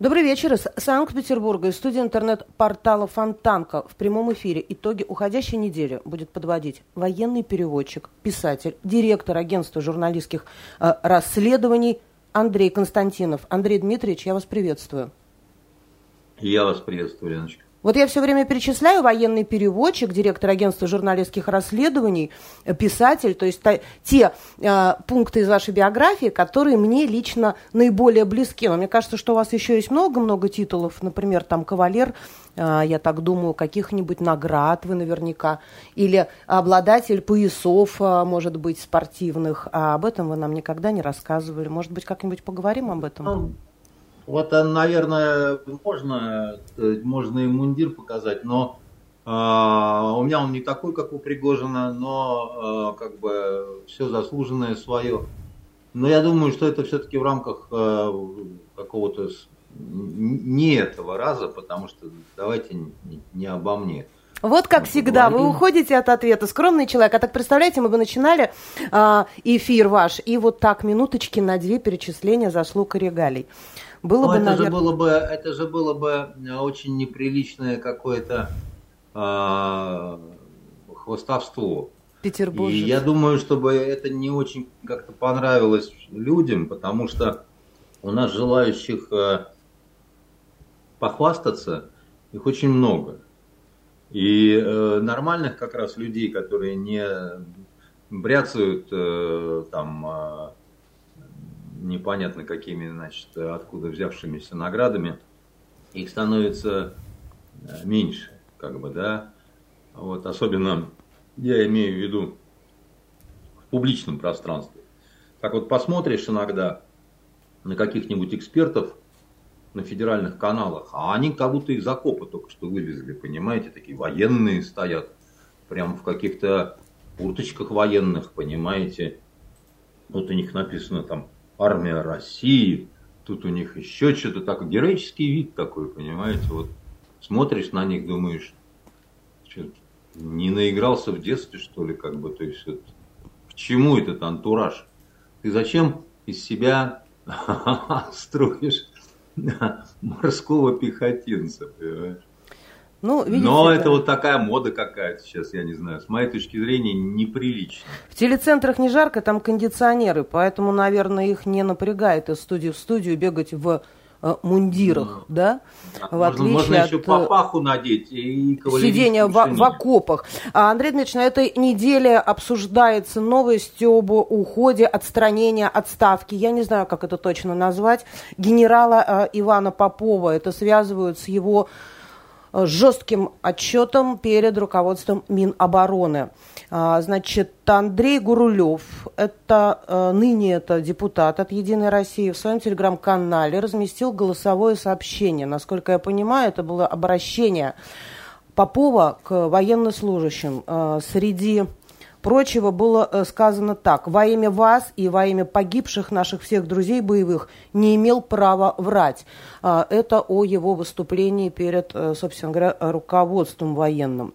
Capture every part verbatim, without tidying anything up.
Добрый вечер. Из Санкт-Петербурга, из студии интернет-портала Фонтанка в прямом эфире итоги уходящей недели будет подводить военный переводчик, писатель, директор агентства журналистских э, расследований Андрей Константинов. Андрей Дмитриевич, я вас приветствую. Я вас приветствую, Леночка. Вот я все время перечисляю: военный переводчик, директор агентства журналистских расследований, писатель, то есть та, те э, пункты из вашей биографии, которые мне лично наиболее близки. Но мне кажется, что у вас еще есть много-много титулов, например, там кавалер, э, я так думаю, каких-нибудь наград вы наверняка, или обладатель поясов, э, может быть, спортивных. А об этом вы нам никогда не рассказывали. Может быть, как-нибудь поговорим об этом? Ну, вот, наверное, можно, можно и мундир показать, но э, у меня он не такой, как у Пригожина, но э, как бы все заслуженное свое. Но я думаю, что это все-таки в рамках э, какого-то не этого раза, потому что давайте не, не обо мне. Вот как всегда, вы уходите от ответа. Скромный человек. А так, представляете, мы бы начинали э, эфир ваш, и вот так минуточки на две перечисления заслуг и регалий. Было бы, это, наверное... же было бы, это же было бы очень неприличное какое-то э, хвастовство. Петербуржец. И я думаю, чтобы это не очень как-то понравилось людям, потому что у нас желающих э, похвастаться, их очень много. И э, нормальных как раз людей, которые не бряцают э, там... Э, непонятно какими, значит, откуда взявшимися наградами, их становится меньше, как бы, да. Вот, особенно я имею в виду в публичном пространстве. Так вот посмотришь иногда на каких-нибудь экспертов на федеральных каналах, а они как будто из окопа только что вылезли, понимаете, такие военные стоят, прям в каких-то курточках военных, понимаете. Вот у них написано там «Армия России», тут у них еще что-то такое, героический вид такой, понимаете, вот смотришь на них, думаешь, что, не наигрался в детстве, что ли, как бы, то есть, вот, к чему этот антураж? Ты зачем из себя строишь морского пехотинца, понимаешь? Ну, видите, но да. Это вот такая мода какая-то сейчас, я не знаю, с моей точки зрения, неприлично. В телецентрах не жарко, там кондиционеры, поэтому, наверное, их не напрягает из студии в студию бегать в э, мундирах, ну, да? да? В можно, отличие можно от еще папаху надеть и сидения в, в окопах. А, Андрей Дмитриевич, на этой неделе обсуждается новость об уходе, отстранении, отставке, я не знаю, как это точно назвать, генерала э, Ивана Попова. Это связывают с его жестким отчетом перед руководством Минобороны. Значит, Андрей Гурулев, это ныне это депутат от «Единой России», в своем телеграм-канале разместил голосовое сообщение. Насколько я понимаю, это было обращение Попова к военнослужащим. Среди прочего было сказано так: «Во имя вас и во имя погибших наших всех друзей боевых не имел права врать». Это о его выступлении перед, собственно говоря, руководством военным.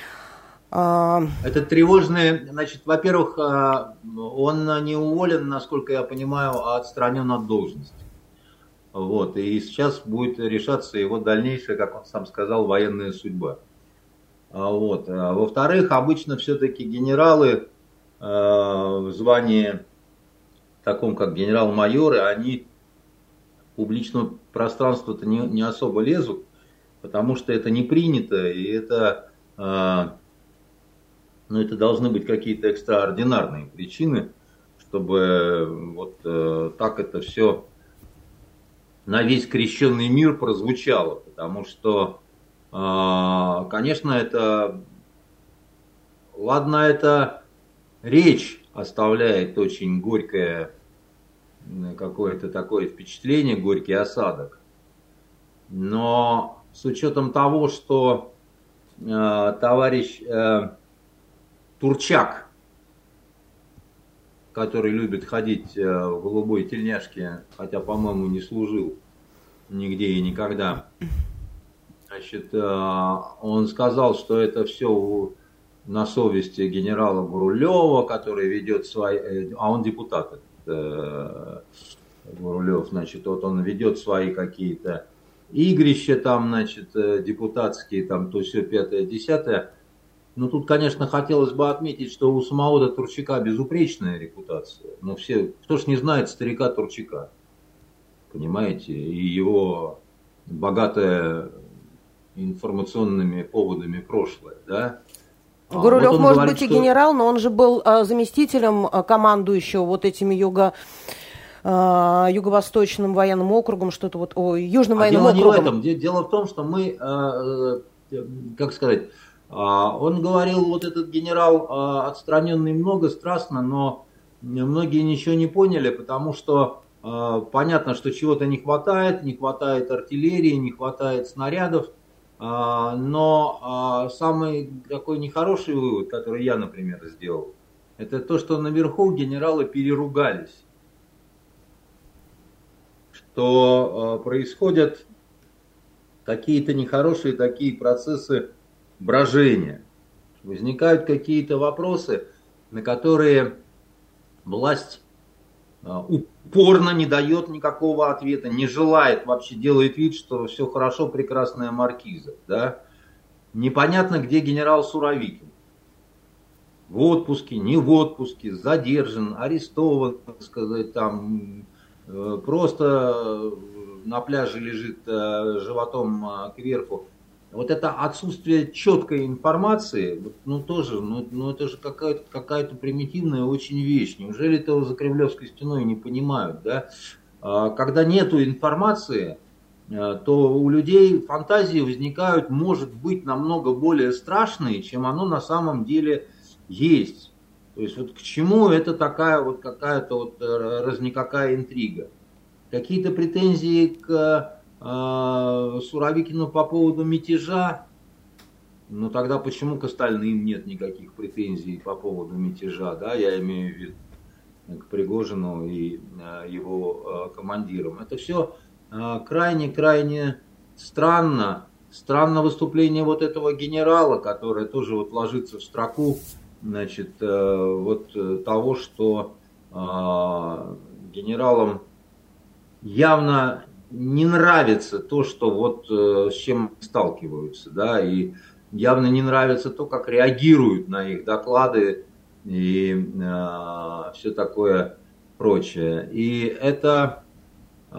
Это тревожное, значит, во-первых, он не уволен, насколько я понимаю, а отстранен от должности. Вот, и сейчас будет решаться его дальнейшая, как он сам сказал, военная судьба. Вот. Во-вторых, обычно все-таки генералы э, в звании таком, как генерал-майоры, они в публичное пространство-то не, не особо лезут, потому что это не принято, и это, э, ну, это должны быть какие-то экстраординарные причины, чтобы вот э, так это все на весь крещенный мир прозвучало, потому что конечно, это, ладно, это речь оставляет очень горькое какое-то такое впечатление, горький осадок. Но с учетом того, что э, товарищ э, Турчак, который любит ходить э, в голубой тельняшке, хотя, по-моему, не служил нигде и никогда, значит, он сказал, что это все на совести генерала Гурулева, который ведет свои, а он депутат, Гурулев, значит, вот он ведет свои какие-то игрища там, значит, депутатские, там, то все пятое, десятое. Но тут, конечно, хотелось бы отметить, что у самого Турчака безупречная репутация. Но все, кто ж не знает старика Турчака, понимаете, и его богатое информационными поводами прошлое, да? Гурулев вот может говорит, быть и что... генерал, но он же был а, заместителем а, командующего вот этими юго, а, юго-восточным военным округом, что-то вот, о, южным а военным дело округом. Не в этом. Дело в том, что мы, а, как сказать, а, он говорил, вот этот генерал а, отстраненный много, страстно, но многие ничего не поняли, потому что а, понятно, что чего-то не хватает, не хватает артиллерии, не хватает снарядов. Но самый такой нехороший вывод, который я, например, сделал, это то, что наверху генералы переругались, что происходят какие-то нехорошие такие процессы брожения, возникают какие-то вопросы, на которые власть упорно не дает никакого ответа, не желает, вообще делает вид, что все хорошо, прекрасная маркиза. Да? Непонятно, где генерал Суровикин. В отпуске, не в отпуске, задержан, арестован, так сказать, там, просто на пляже лежит животом кверху. Вот это отсутствие четкой информации, ну тоже, ну, ну это же какая-то какая-то примитивная очень вещь. Неужели этого за Кремлевской стеной не понимают, да? Когда нету информации, то у людей фантазии возникают, может быть, намного более страшные, чем оно на самом деле есть. То есть вот к чему это такая вот какая-то вот разникакая интрига? Какие-то претензии к Суровикину по поводу мятежа, ну тогда почему к остальным нет никаких претензий по поводу мятежа, да, я имею в виду к Пригожину и его командирам. Это все крайне-крайне странно. Странно выступление вот этого генерала, которое тоже вот ложится в строку, значит, вот того, что генералам явно не нравится то, что вот э, с чем сталкиваются, да, и явно не нравится то, как реагируют на их доклады и э, все такое прочее. И это э,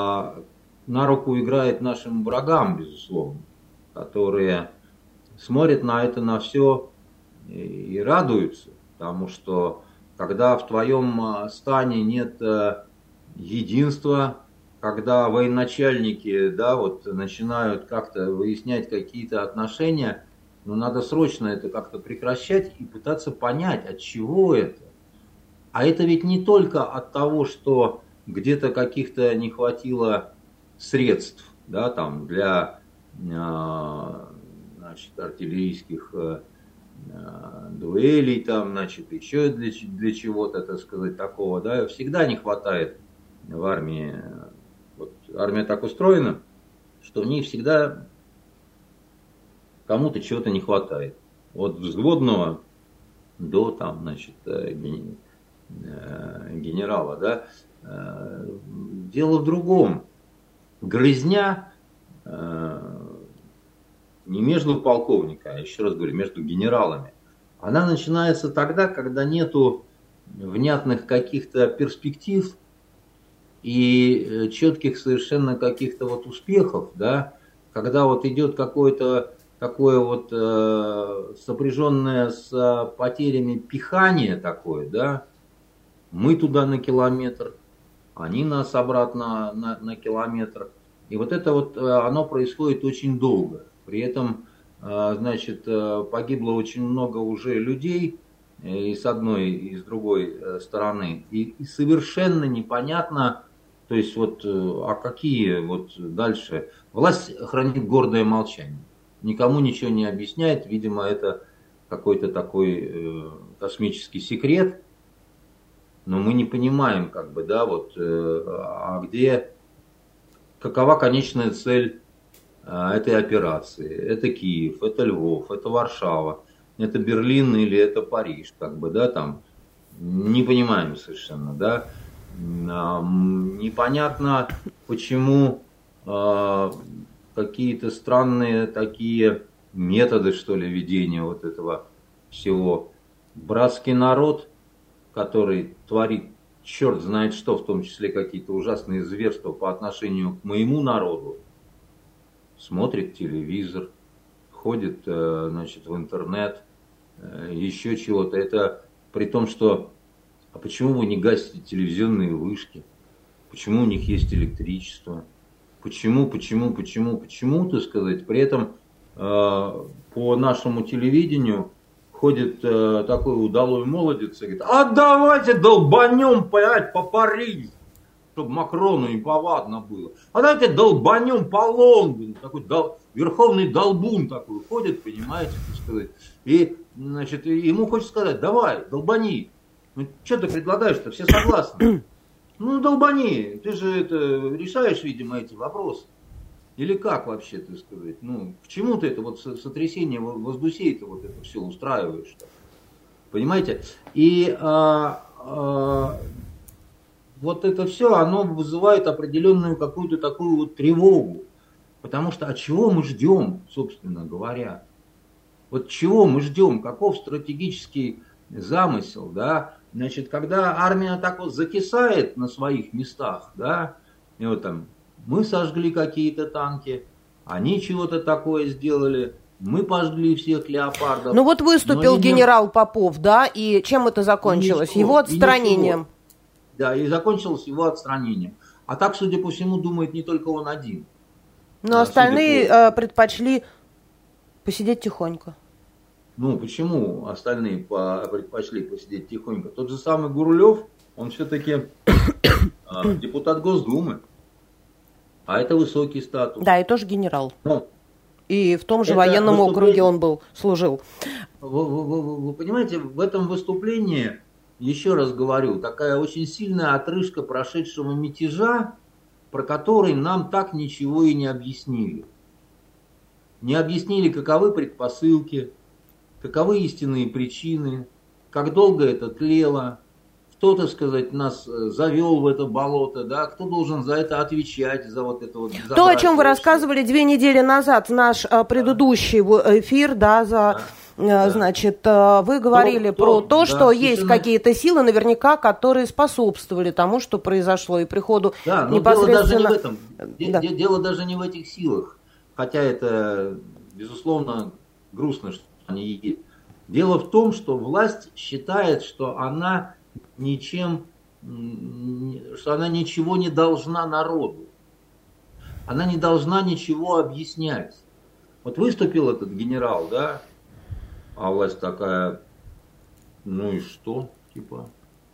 на руку играет нашим врагам, безусловно, которые смотрят на это, на все и, и радуются, потому что когда в твоем стане нет э, единства, когда военачальники, да, вот начинают как-то выяснять какие-то отношения, ну, надо срочно это как-то прекращать и пытаться понять, от чего это. А это ведь не только от того, что где-то каких-то не хватило средств, да, там, для, значит, артиллерийских дуэлей, там, значит, еще для, для чего-то, так сказать, такого, да, всегда не хватает в армии. Вот армия так устроена, что в ней всегда кому-то чего-то не хватает. От взводного до там, значит, генерала, да. Дело в другом. Грызня не между полковниками, а еще раз говорю, между генералами. Она начинается тогда, когда нету внятных каких-то перспектив и четких совершенно каких-то вот успехов, да, когда вот идет какое-то такое вот э, сопряженное с потерями пихание такое, да, мы туда на километр, они нас обратно на, на километр, и вот это вот оно происходит очень долго, при этом, э, значит, погибло очень много уже людей и с одной, и с другой стороны, и, и совершенно непонятно. То есть вот, а какие вот дальше? Власть хранит гордое молчание. Никому ничего не объясняет. Видимо, это какой-то такой э, космический секрет. Но мы не понимаем, как бы, да, вот, э, а где, какова конечная цель э, этой операции. Это Киев, это Львов, это Варшава, это Берлин или это Париж, как бы, да, там. Не понимаем совершенно, да. Непонятно, почему э, какие-то странные такие методы, что ли, ведения вот этого всего. Братский народ, который творит черт знает что, в том числе какие-то ужасные зверства по отношению к моему народу, смотрит телевизор, ходит, значит, в интернет, еще чего-то. Это при том, что а почему вы не гасите телевизионные вышки? Почему у них есть электричество? Почему, почему, почему, почему, так сказать? При этом э, по нашему телевидению ходит э, такой удалой молодец и говорит: а давайте долбанем, блядь, по Парижу, чтобы Макрону не повадно было. А давайте долбанем по Лондону. Такой дол... верховный долбун такой ходит, понимаете, так сказать. И, значит, ему хочется сказать: давай, долбани. Ну, что ты предлагаешь-то? Все согласны. Ну, долбани. Ты же это решаешь, видимо, эти вопросы. Или как вообще, так сказать? Ну, к чему ты это вот сотрясение воздусей-то вот это все устраиваешь-то? Понимаете? И а, а, вот это все, оно вызывает определенную какую-то такую вот тревогу. Потому что от чего мы ждем, собственно говоря? Вот чего мы ждем? Каков стратегический замысел, да? Значит, когда армия так вот закисает на своих местах, да, и вот там мы сожгли какие-то танки, они чего-то такое сделали, мы пожгли всех леопардов. Ну вот выступил генерал Попов, да, и чем это закончилось? Ничего, его отстранением. Да, и закончилось его отстранением. А так, судя по всему, думает не только он один. Но а, остальные по... предпочли посидеть тихонько. Ну, почему остальные предпочли посидеть тихонько? Тот же самый Гурулев, он все-таки депутат Госдумы. А это высокий статус. Да, и тоже генерал. Ну, и в том же военном округе он был, служил. Вы, вы, вы, вы понимаете, в этом выступлении, еще раз говорю, такая очень сильная отрыжка прошедшего мятежа, про который нам так ничего и не объяснили. Не объяснили, каковы предпосылки, каковы истинные причины, как долго это тлело, кто, так сказать, нас завел в это болото, да, кто должен за это отвечать, за вот это вот безобразие. То, о чем вы рассказывали две недели назад, наш а, предыдущий эфир, да, за, да. значит, вы говорили то, про то, то да, что есть совершенно... какие-то силы, наверняка, которые способствовали тому, что произошло, и приходу да, но непосредственно... дело даже не в этом, да. дело даже не в этих силах, хотя это, безусловно, грустно, что они есть. Дело в том, что власть считает, что она ничем, что она ничего не должна народу. Она не должна ничего объяснять. Вот выступил этот генерал, да, а власть такая, ну и что, типа.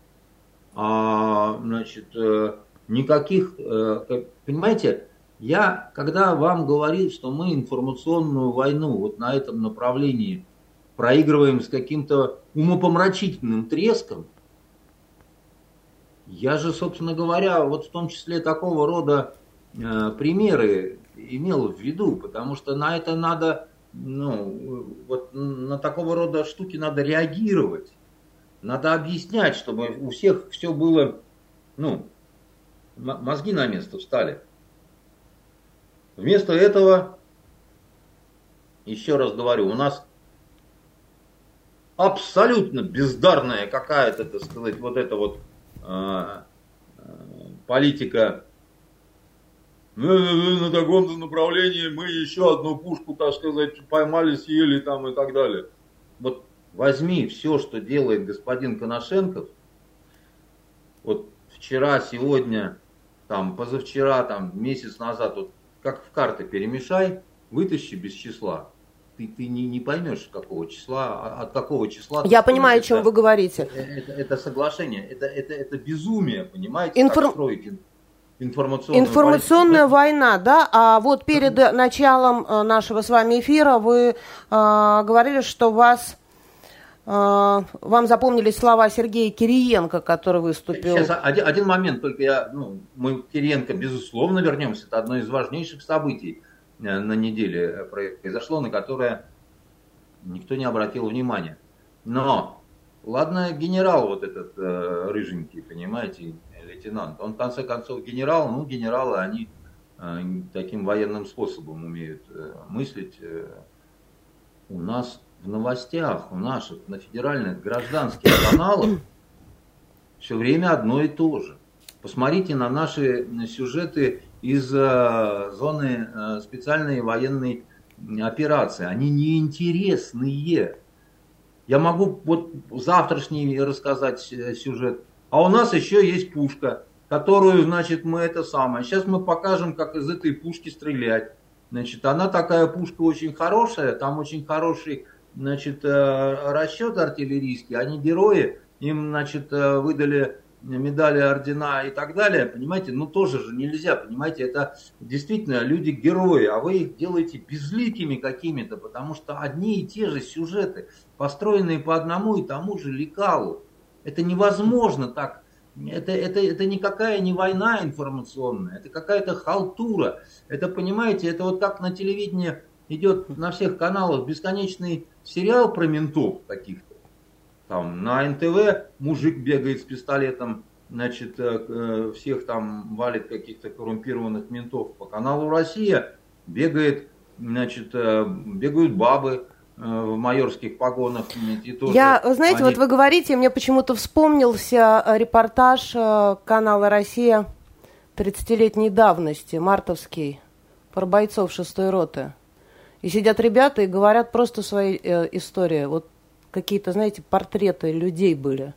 А, значит, никаких, понимаете, я, когда вам говорил, что мы информационную войну вот на этом направлении проигрываем с каким-то умопомрачительным треском, я же, собственно говоря, вот в том числе такого рода э, примеры имел в виду, потому что на это надо, ну, вот на такого рода штуки надо реагировать, надо объяснять, чтобы у всех все было, ну, мозги на место встали. Вместо этого, еще раз говорю, у нас абсолютно бездарная какая-то, так сказать, вот эта вот э, э, политика. На таком-то направлении мы еще одну пушку, так сказать, поймали, съели там и так далее. Вот возьми все, что делает господин Коношенков, вот вчера, сегодня, там, позавчера, там, месяц назад, вот, как в карты перемешай, вытащи без числа. Ты, ты не, не поймешь, какого числа, от какого числа. Я понимаю, это, о чем вы говорите. Это, это, это соглашение, это, это, это безумие, понимаете, Информ... как строить информационную Информационная политику. война, да? А вот перед началом нашего с вами эфира вы э, говорили, что вас, э, вам запомнились слова Сергея Кириенко, который выступил. Сейчас один, один момент, только я, ну, мы к Кириенко, безусловно, вернемся. Это одно из важнейших событий на неделе произошло, на которое никто не обратил внимания. Но, ладно, генерал вот этот э, рыженький, понимаете, лейтенант, он в конце концов генерал, ну, генералы, они таким военным способом умеют мыслить. У нас в новостях, у наших, на федеральных гражданских каналах все время одно и то же. Посмотрите на наши сюжеты из зоны специальной военной операции. Они неинтересные. Я могу вот завтрашний рассказать сюжет. А у нас еще есть пушка, которую, значит, мы это самое. Сейчас мы покажем, как из этой пушки стрелять. Значит, она такая пушка очень хорошая, там очень хороший, значит, расчет артиллерийский. Они герои, им, значит, выдали медали, ордена и так далее, понимаете, ну тоже же нельзя, понимаете, это действительно люди-герои, а вы их делаете безликими какими-то, потому что одни и те же сюжеты, построенные по одному и тому же лекалу. Это невозможно так, это, это, это никакая не война информационная, это какая-то халтура, это, понимаете, это вот как на телевидении идет на всех каналах бесконечный сериал про ментов каких-то. Там, на эн тэ вэ мужик бегает с пистолетом, значит, всех там валит каких-то коррумпированных ментов. По каналу «Россия» бегает, значит, бегают бабы в майорских погонах. И тоже Я, знаете, они... вот вы говорите, мне почему-то вспомнился репортаж канала «Россия» тридцатилетней давности, мартовский, про бойцов шестой роты. И сидят ребята и говорят просто свои э, истории. Вот какие-то, знаете, портреты людей были.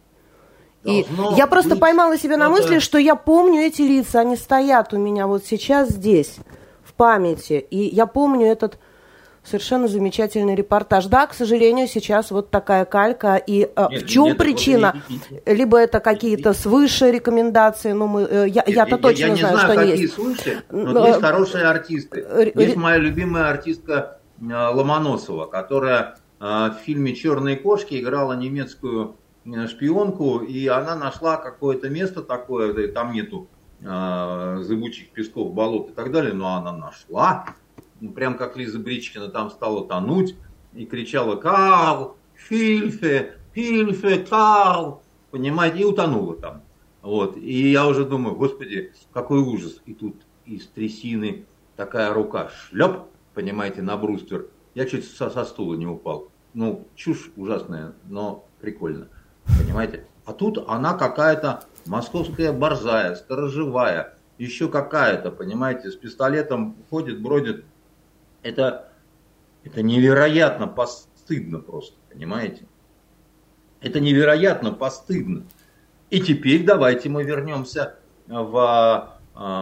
И я просто поймала себя на мысли, что я помню эти лица, они стоят у меня вот сейчас здесь, в памяти. И я помню этот совершенно замечательный репортаж. Да, к сожалению, сейчас вот такая калька. И э, нет, в чем нет, причина? Вот, либо это какие-то свыше рекомендации, ну, мы, э, я, я-то точно я, я знаю, не знаю, что какие есть. Свыше, но есть хорошие артисты. Есть моя любимая артистка Ломоносова, которая в фильме «Черные кошки» играла немецкую шпионку, и она нашла какое-то место такое, там нету э, зыбучих песков, болот и так далее, но она нашла, прям как Лиза Бричкина там стала тонуть и кричала «Карл! Хильфе! Хильфе! Карл!» Понимаете, и утонула там. Вот. И я уже думаю, господи, какой ужас. И тут из трясины такая рука шлеп, понимаете, на бруствер. Я чуть со, со стула не упал. Ну, чушь ужасная, но прикольно. Понимаете? А тут она какая-то московская борзая, сторожевая, еще какая-то, понимаете, с пистолетом ходит, бродит. Это, это невероятно постыдно просто, понимаете? Это невероятно постыдно. И теперь давайте мы вернемся в а,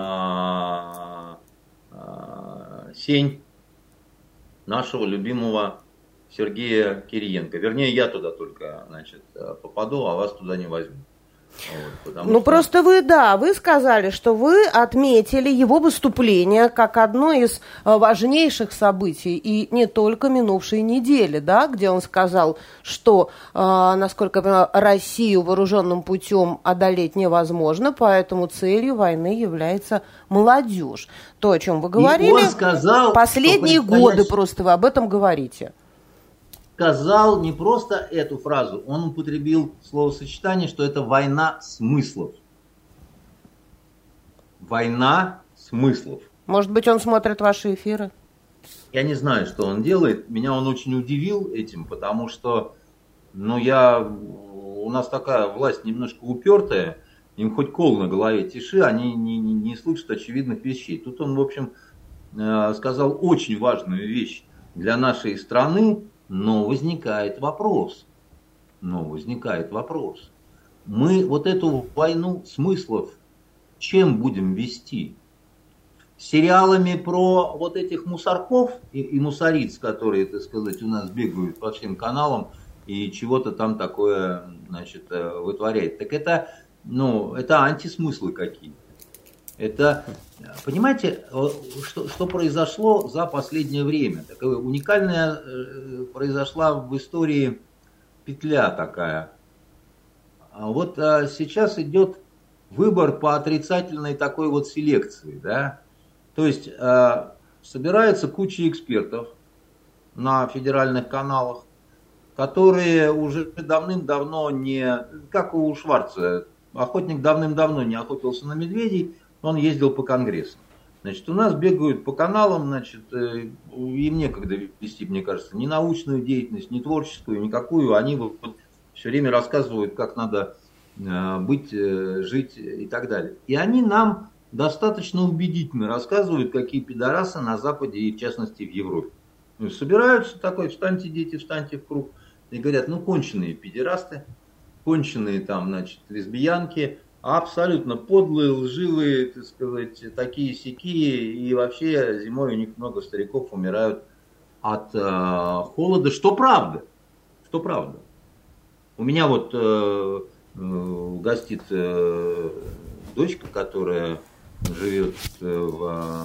а, сень нашего любимого Сергея Кириенко. Вернее, я туда только, значит, попаду, а вас туда не возьму. Вот, ну, что... просто вы, да, вы сказали, что вы отметили его выступление как одно из важнейших событий, и не только минувшей недели, да, где он сказал, что, э, насколько я понимаю, Россию вооруженным путем одолеть невозможно, поэтому целью войны является молодежь. То, о чем вы говорили, сказал, последние годы просто вы об этом говорите. Сказал не просто эту фразу, он употребил словосочетание, что это война смыслов. Война смыслов. Может быть, он смотрит ваши эфиры? Я не знаю, что он делает. Меня он очень удивил этим, потому что, ну, я, у нас такая власть немножко упертая, им хоть кол на голове тиши, они не, не, не слышат очевидных вещей. Тут он, в общем, сказал очень важную вещь для нашей страны. Но возникает вопрос, но возникает вопрос. Мы вот эту войну смыслов чем будем вести? Сериалами про вот этих мусорков и, и мусориц, которые, так сказать, у нас бегают по всем каналам и чего-то там такое, значит, вытворяют. Так это, ну, это антисмыслы какие-то. Это, понимаете, что, что произошло за последнее время? Такая уникальная произошла в истории петля такая. Вот сейчас идет выбор по отрицательной такой вот селекции, да? То есть собирается куча экспертов на федеральных каналах, которые уже давным-давно не, как у Шварца, охотник давным-давно не охотился на медведей, он ездил по конгрессам. Значит, у нас бегают по каналам, значит, им некогда вести, мне кажется, ни научную деятельность, ни творческую, никакую. Они вот все время рассказывают, как надо быть, жить и так далее. И они нам достаточно убедительно рассказывают, какие пидорасы на Западе и, в частности, в Европе. Собираются такой, встаньте, дети, встаньте в круг. И говорят, ну, конченые педерасты, конченые там, значит, лесбиянки, абсолютно подлые, лживые, так сказать, такие-сякие, и вообще зимой у них много стариков умирают от э, холода, что правда, что правда. У меня вот э, э, гостит э, дочка, которая живет в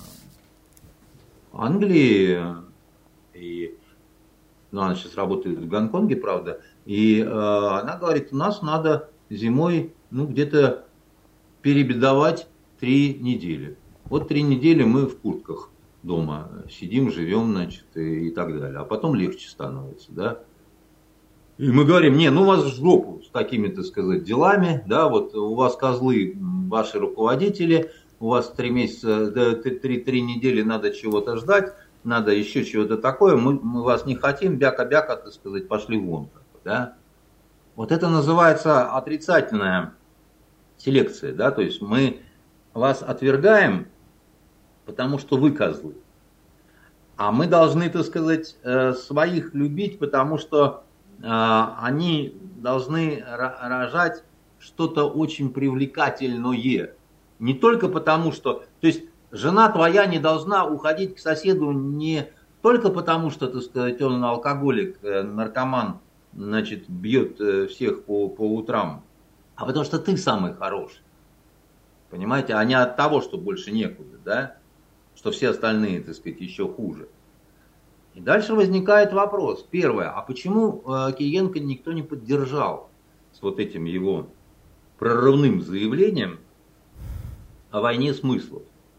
Англии, и, ну, она сейчас работает в Гонконге, правда, и э, она говорит, у нас надо зимой, ну, где-то перебедовать три недели. Вот три недели мы в куртках дома сидим, живем, значит, и, и так далее. А потом легче становится, да. И мы говорим, не, ну у вас в жопу с такими, так сказать, делами, да, вот у вас козлы, ваши руководители, у вас три месяца, три, три недели надо чего-то ждать, надо еще чего-то такое, мы, мы вас не хотим, бяка-бяка, так сказать, пошли вон, да. Вот это называется отрицательная селекция, да, то есть мы вас отвергаем, потому что вы козлы. А мы должны, так сказать, своих любить, потому что они должны рожать что-то очень привлекательное. Не только потому, что... То есть жена твоя не должна уходить к соседу не только потому, что, так сказать, он алкоголик, наркоман, значит, бьет всех по, по утрам, а потому что ты самый хороший. Понимаете? А не от того, что больше некуда, да? Что все остальные, так сказать, еще хуже. И дальше возникает вопрос. Первое, а почему э, Кириенко никто не поддержал с вот этим его прорывным заявлением о войне смыслов?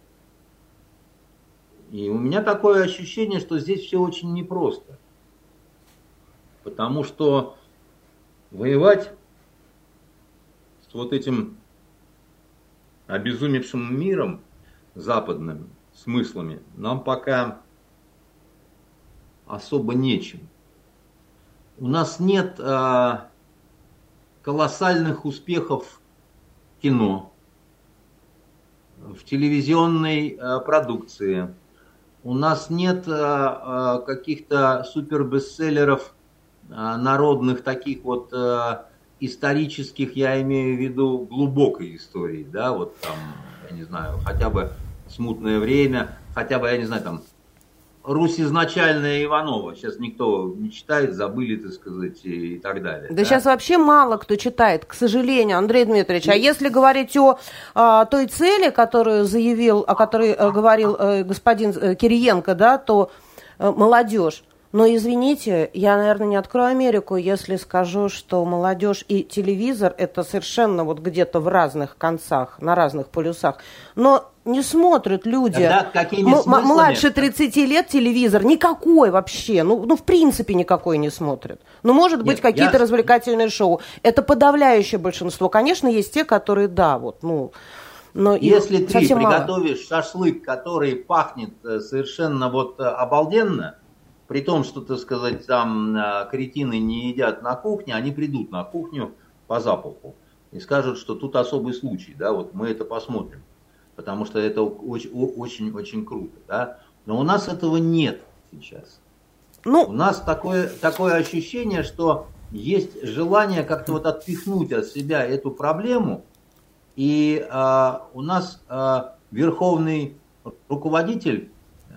И у меня такое ощущение, что здесь все очень непросто. Потому что воевать с вот этим обезумевшим миром западным смыслами нам пока особо нечем. У нас нет э, колоссальных успехов в кино, в телевизионной э, продукции. У нас нет э, э, каких-то супербестселлеров э, народных, таких вот э, исторических, я имею в виду глубокой истории, да, вот там, я не знаю, хотя бы «Смутное время», хотя бы, я не знаю, там, Русь изначальная Иванова. Сейчас никто не читает, забыли, так сказать, и так далее. Да, да? Сейчас вообще мало кто читает, к сожалению, Андрей Дмитриевич. А если говорить о а, той цели, которую заявил, о которой а, говорил а, господин а, Кириенко, да, то а, молодежь. Но, извините, я, наверное, не открою Америку, если скажу, что молодежь и телевизор – это совершенно вот где-то в разных концах, на разных полюсах. Но не смотрят люди. Да, какими М- смыслами? Младше тридцати лет телевизор никакой вообще, ну, ну в принципе никакой не смотрят. Ну, может быть, Нет, какие-то я... развлекательные шоу. Это подавляющее большинство. Конечно, есть те, которые, да, вот, ну... Но Если ты приготовишь мало. шашлык, который пахнет совершенно вот обалденно, при том, что, так сказать, там кретины не едят на кухне, они придут на кухню по запаху и скажут, что тут особый случай, да, вот мы это посмотрим, потому что это очень-очень круто, да. Но у нас этого нет сейчас. Ну, у нас такое, такое ощущение, что есть желание как-то вот отпихнуть от себя эту проблему, и э, у нас э, верховный руководитель,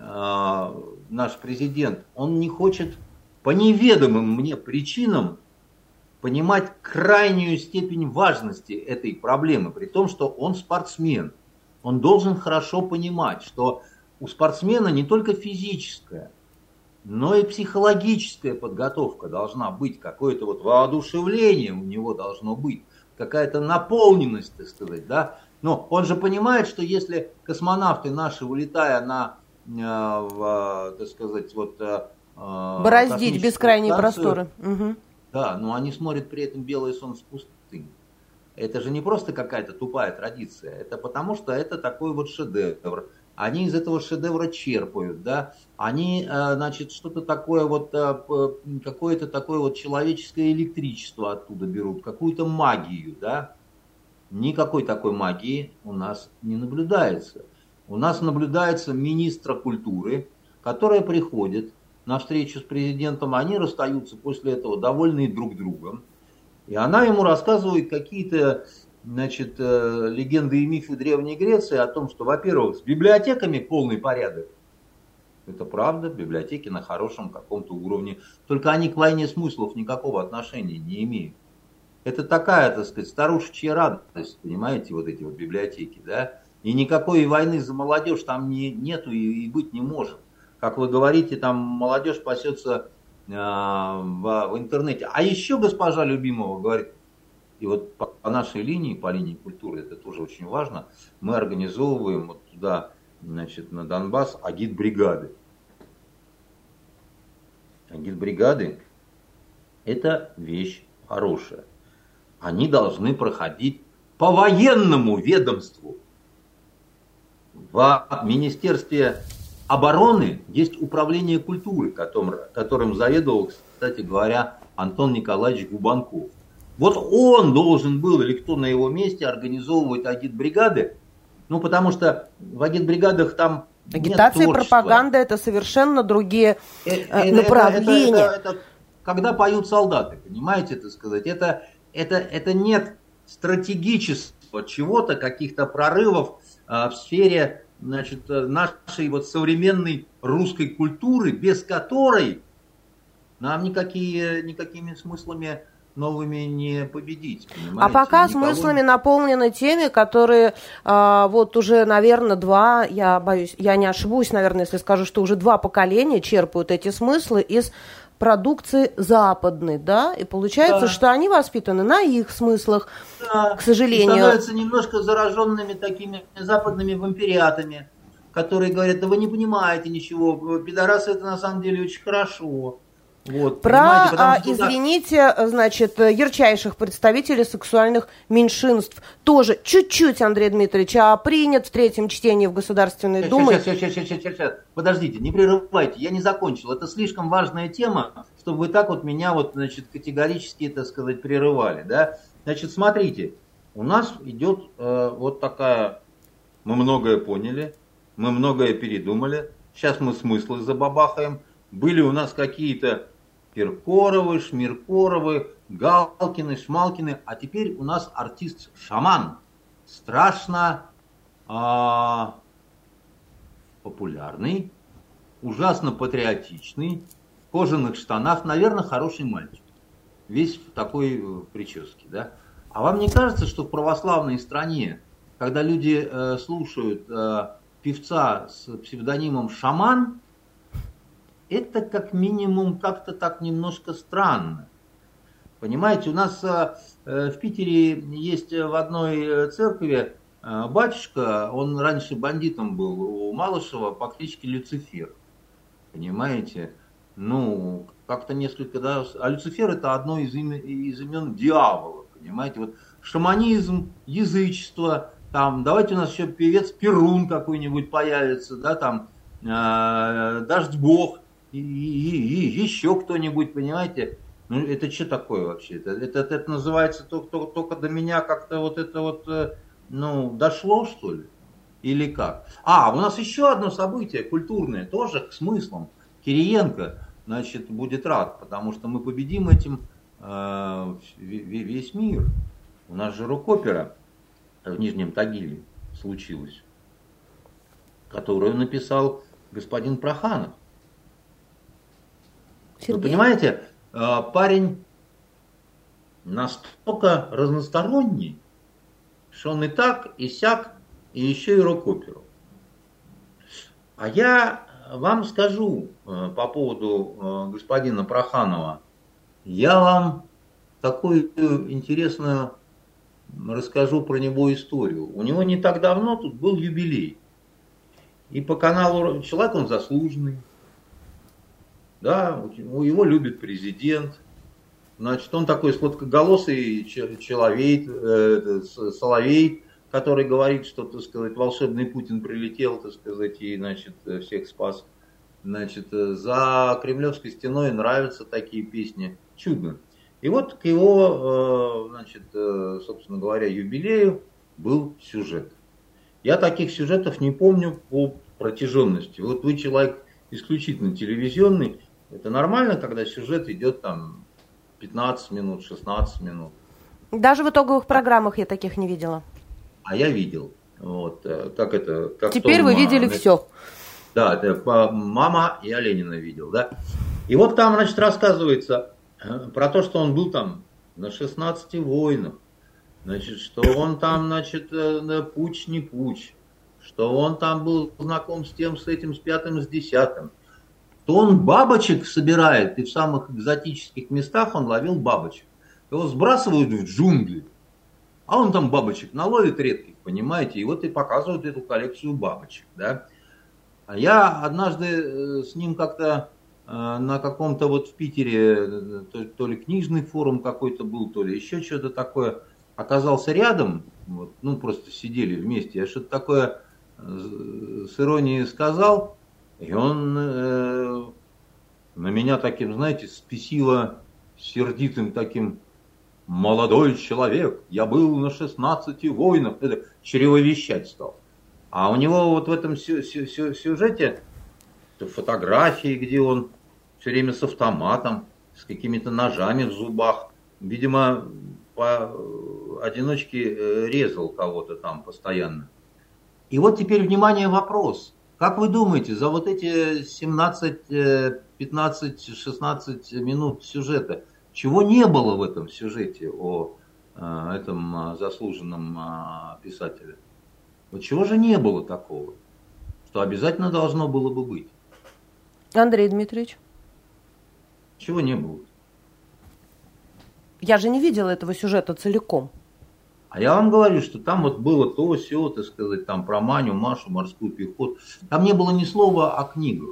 э, наш президент, он не хочет по неведомым мне причинам понимать крайнюю степень важности этой проблемы, при том, что он спортсмен. Он должен хорошо понимать, что у спортсмена не только физическая, но и психологическая подготовка должна быть, какое-то вот воодушевление у него должно быть, какая-то наполненность, так сказать, да. Но он же понимает, что если космонавты наши, улетая на, э, в, так сказать, вот... Э, бороздить бескрайние просторы. Угу. Да, но они смотрят при этом белое солнце пустыни. Это же не просто какая-то тупая традиция, это потому что это такой вот шедевр. они из этого шедевра черпают, да, они, значит, что-то такое вот, какое-то такое вот человеческое электричество оттуда берут, какую-то магию, да. Никакой такой магии у нас не наблюдается. У нас наблюдается министра культуры, которая приходит на встречу с президентом, они расстаются после этого довольные друг другом, и она ему рассказывает какие-то, значит, легенды и мифы Древней Греции о том, что, во-первых, с библиотеками полный порядок. Это правда, библиотеки на хорошем каком-то уровне, только они к войне смыслов никакого отношения не имеют. Это такая, так сказать, старушечья радость, понимаете, вот эти вот библиотеки, да? И никакой войны за молодежь там не, нету и, и быть не может. Как вы говорите, там молодежь пасется э, в, в интернете. А еще госпожа Любимова говорит, и вот по, по нашей линии, по линии культуры, это тоже очень важно, мы организовываем вот туда, значит, на Донбасс агитбригады. Агитбригады – это вещь хорошая. Они должны проходить по военному ведомству. В Министерстве обороны есть управление культуры, которым, которым заведовал, кстати говоря, Антон Николаевич Губанков. Вот он должен был, или кто на его месте, организовывать агитбригады, ну потому что в агитбригадах там агитация и пропаганда — это совершенно другие э, направления. Это, это, это, это, когда поют солдаты, понимаете, это сказать, это, это, это нет стратегического чего-то, каких-то прорывов э, в сфере, значит, нашей вот современной русской культуры, без которой нам никакие, никакими смыслами новыми не победить. Понимаете? А пока Никого... смыслами наполнены теми, которые э, вот уже, наверное, два, я боюсь, я не ошибусь, наверное, если скажу, что уже два поколения черпают эти смыслы из продукции западной, да, и получается, да, что они воспитаны на их смыслах, да, к сожалению. И становятся немножко зараженными такими западными вампириатами, которые говорят, да вы не понимаете ничего, пидорасы это на самом деле очень хорошо. Вот, про, а, извините, значит, ярчайших представителей сексуальных меньшинств тоже чуть-чуть, Андрей Дмитриевич, а принят в третьем чтении в Государственной сейчас, Думе. Сейчас, сейчас, сейчас, сейчас, сейчас, подождите, не прерывайте, я не закончил. Это слишком важная тема, чтобы вы так вот меня вот, значит, категорически, так сказать, прерывали, да? Значит, смотрите, у нас идет э, вот такая, мы многое поняли, мы многое передумали, сейчас мы смыслы забабахаем. Были у нас какие-то Киркоровы, Шмиркоровы, Галкины, Шмалкины, а теперь у нас артист-шаман. Страшно а, популярный, ужасно патриотичный, в кожаных штанах, наверное, хороший мальчик. Весь в такой э, прическе, да? А вам не кажется, что в православной стране, когда люди э, слушают э, певца с псевдонимом «Шаман», это как минимум как-то так немножко странно. Понимаете, у нас э, в Питере есть в одной церкви э, батюшка, он раньше бандитом был у Малышева по кличке Люцифер. Понимаете? Ну, как-то несколько, да. А Люцифер это одно из, имен, из имен дьявола. Понимаете? Вот шаманизм, язычество, там, давайте у нас еще певец Перун какой-нибудь появится, да, там, э, Дождь Бог. И, и, и еще кто-нибудь, понимаете? Ну, это что такое вообще? Это, это, это называется только, только до меня как-то вот это вот, ну, дошло, что ли? Или как? А, у нас еще одно событие культурное, тоже к смыслам. Кириенко, значит, будет рад, потому что мы победим этим э, весь мир. У нас же рок-опера в Нижнем Тагиле случилась, которую написал господин Проханов. Сергей? Вы понимаете, парень настолько разносторонний, что он и так, и сяк, и еще и рок-оперу. А я вам скажу по поводу господина Проханова, я вам такую интересную расскажу про него историю. У него не так давно тут был юбилей. И по каналу «Человек он заслуженный». Да, его любит президент. Значит, он такой сладкоголосый человек, э, соловей, который говорит, что, так сказать, волшебный Путин прилетел, так сказать, и, значит, всех спас. Значит, за Кремлевской стеной нравятся такие песни. Чудно. И вот к его, значит, собственно говоря, юбилею был сюжет. Я таких сюжетов не помню по протяженности. Вот вы человек исключительно телевизионный. Это нормально, когда сюжет идет там пятнадцать минут, шестнадцать минут. Даже в итоговых программах я таких не видела. А я видел. Вот, как это, как Теперь том, вы видели значит, все. Да, это мама, я Ленина видел, да. И вот там, значит, рассказывается про то, что он был там на шестнадцати войнах. Значит, что он там, значит, пуч не пуч. Что он там был знаком с тем, с этим, с пятым, с десятым. То он бабочек собирает, и в самых экзотических местах он ловил бабочек. Его сбрасывают в джунгли. А он там бабочек наловит редких, понимаете, и вот и показывают эту коллекцию бабочек, да. А я однажды с ним как-то на каком-то вот в Питере, то, то ли книжный форум какой-то был, то ли еще что-то такое, оказался рядом, вот, ну просто сидели вместе, я что-то такое с иронией сказал, и он э, на меня таким, знаете, спесиво сердитым таким: молодой человек, я был на шестнадцати войнах. Это чревовещать стал. А у него вот в этом сю- сю- сю- сюжете фотографии, где он все время с автоматом, с какими-то ножами в зубах. Видимо, по одиночке резал кого-то там постоянно. И вот теперь, внимание, вопрос. Как вы думаете, за вот эти семнадцать, пятнадцать, шестнадцать минут сюжета, чего не было в этом сюжете о э, этом заслуженном э, писателе? Вот чего же не было такого, что обязательно должно было бы быть? Андрей Дмитриевич? Чего не было? Я же не видела этого сюжета целиком. А я вам говорю, что там вот было то, сё, так сказать, там про Маню, Машу, морскую пехоту. Там не было ни слова о книгах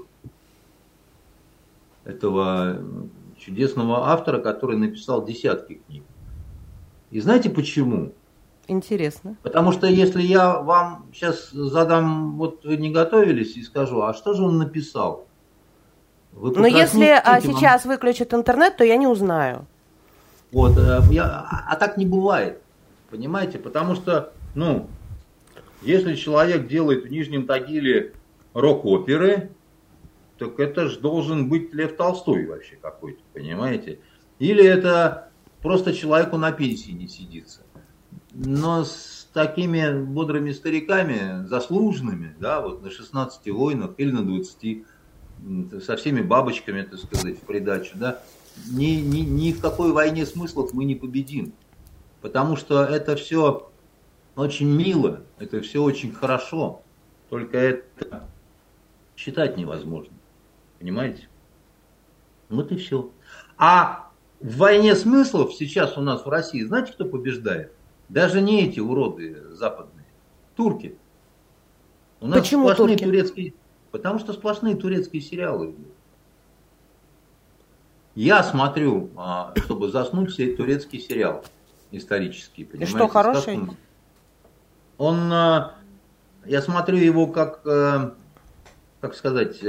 этого чудесного автора, который написал десятки книг. И знаете почему? Интересно. Потому что если я вам сейчас задам, вот вы не готовились, и скажу, а что же он написал? Вы Но если а, вам... сейчас выключат интернет, то я не узнаю. Вот, я, а, а так не бывает, понимаете? Потому что, ну, если человек делает в Нижнем Тагиле рок-оперы, так это же должен быть Лев Толстой вообще какой-то, понимаете? Или это просто человеку на пенсии не сидится. Но с такими бодрыми стариками, заслуженными, да, вот на шестнадцати войнах или на двадцати, со всеми бабочками, так сказать, в придачу, да, ни, ни, ни в какой войне смыслов мы не победим. Потому что это все очень мило, это все очень хорошо, только это читать невозможно. Понимаете? Вот и все. А в войне смыслов сейчас у нас в России, знаете, кто побеждает? Даже не эти уроды западные. Турки. У нас Почему сплошные турки? турецкие... Потому что сплошные турецкие сериалы. Я смотрю, чтобы заснуть, турецкий сериал исторический. И что, хороший? Он... Я смотрю его как... Как сказать...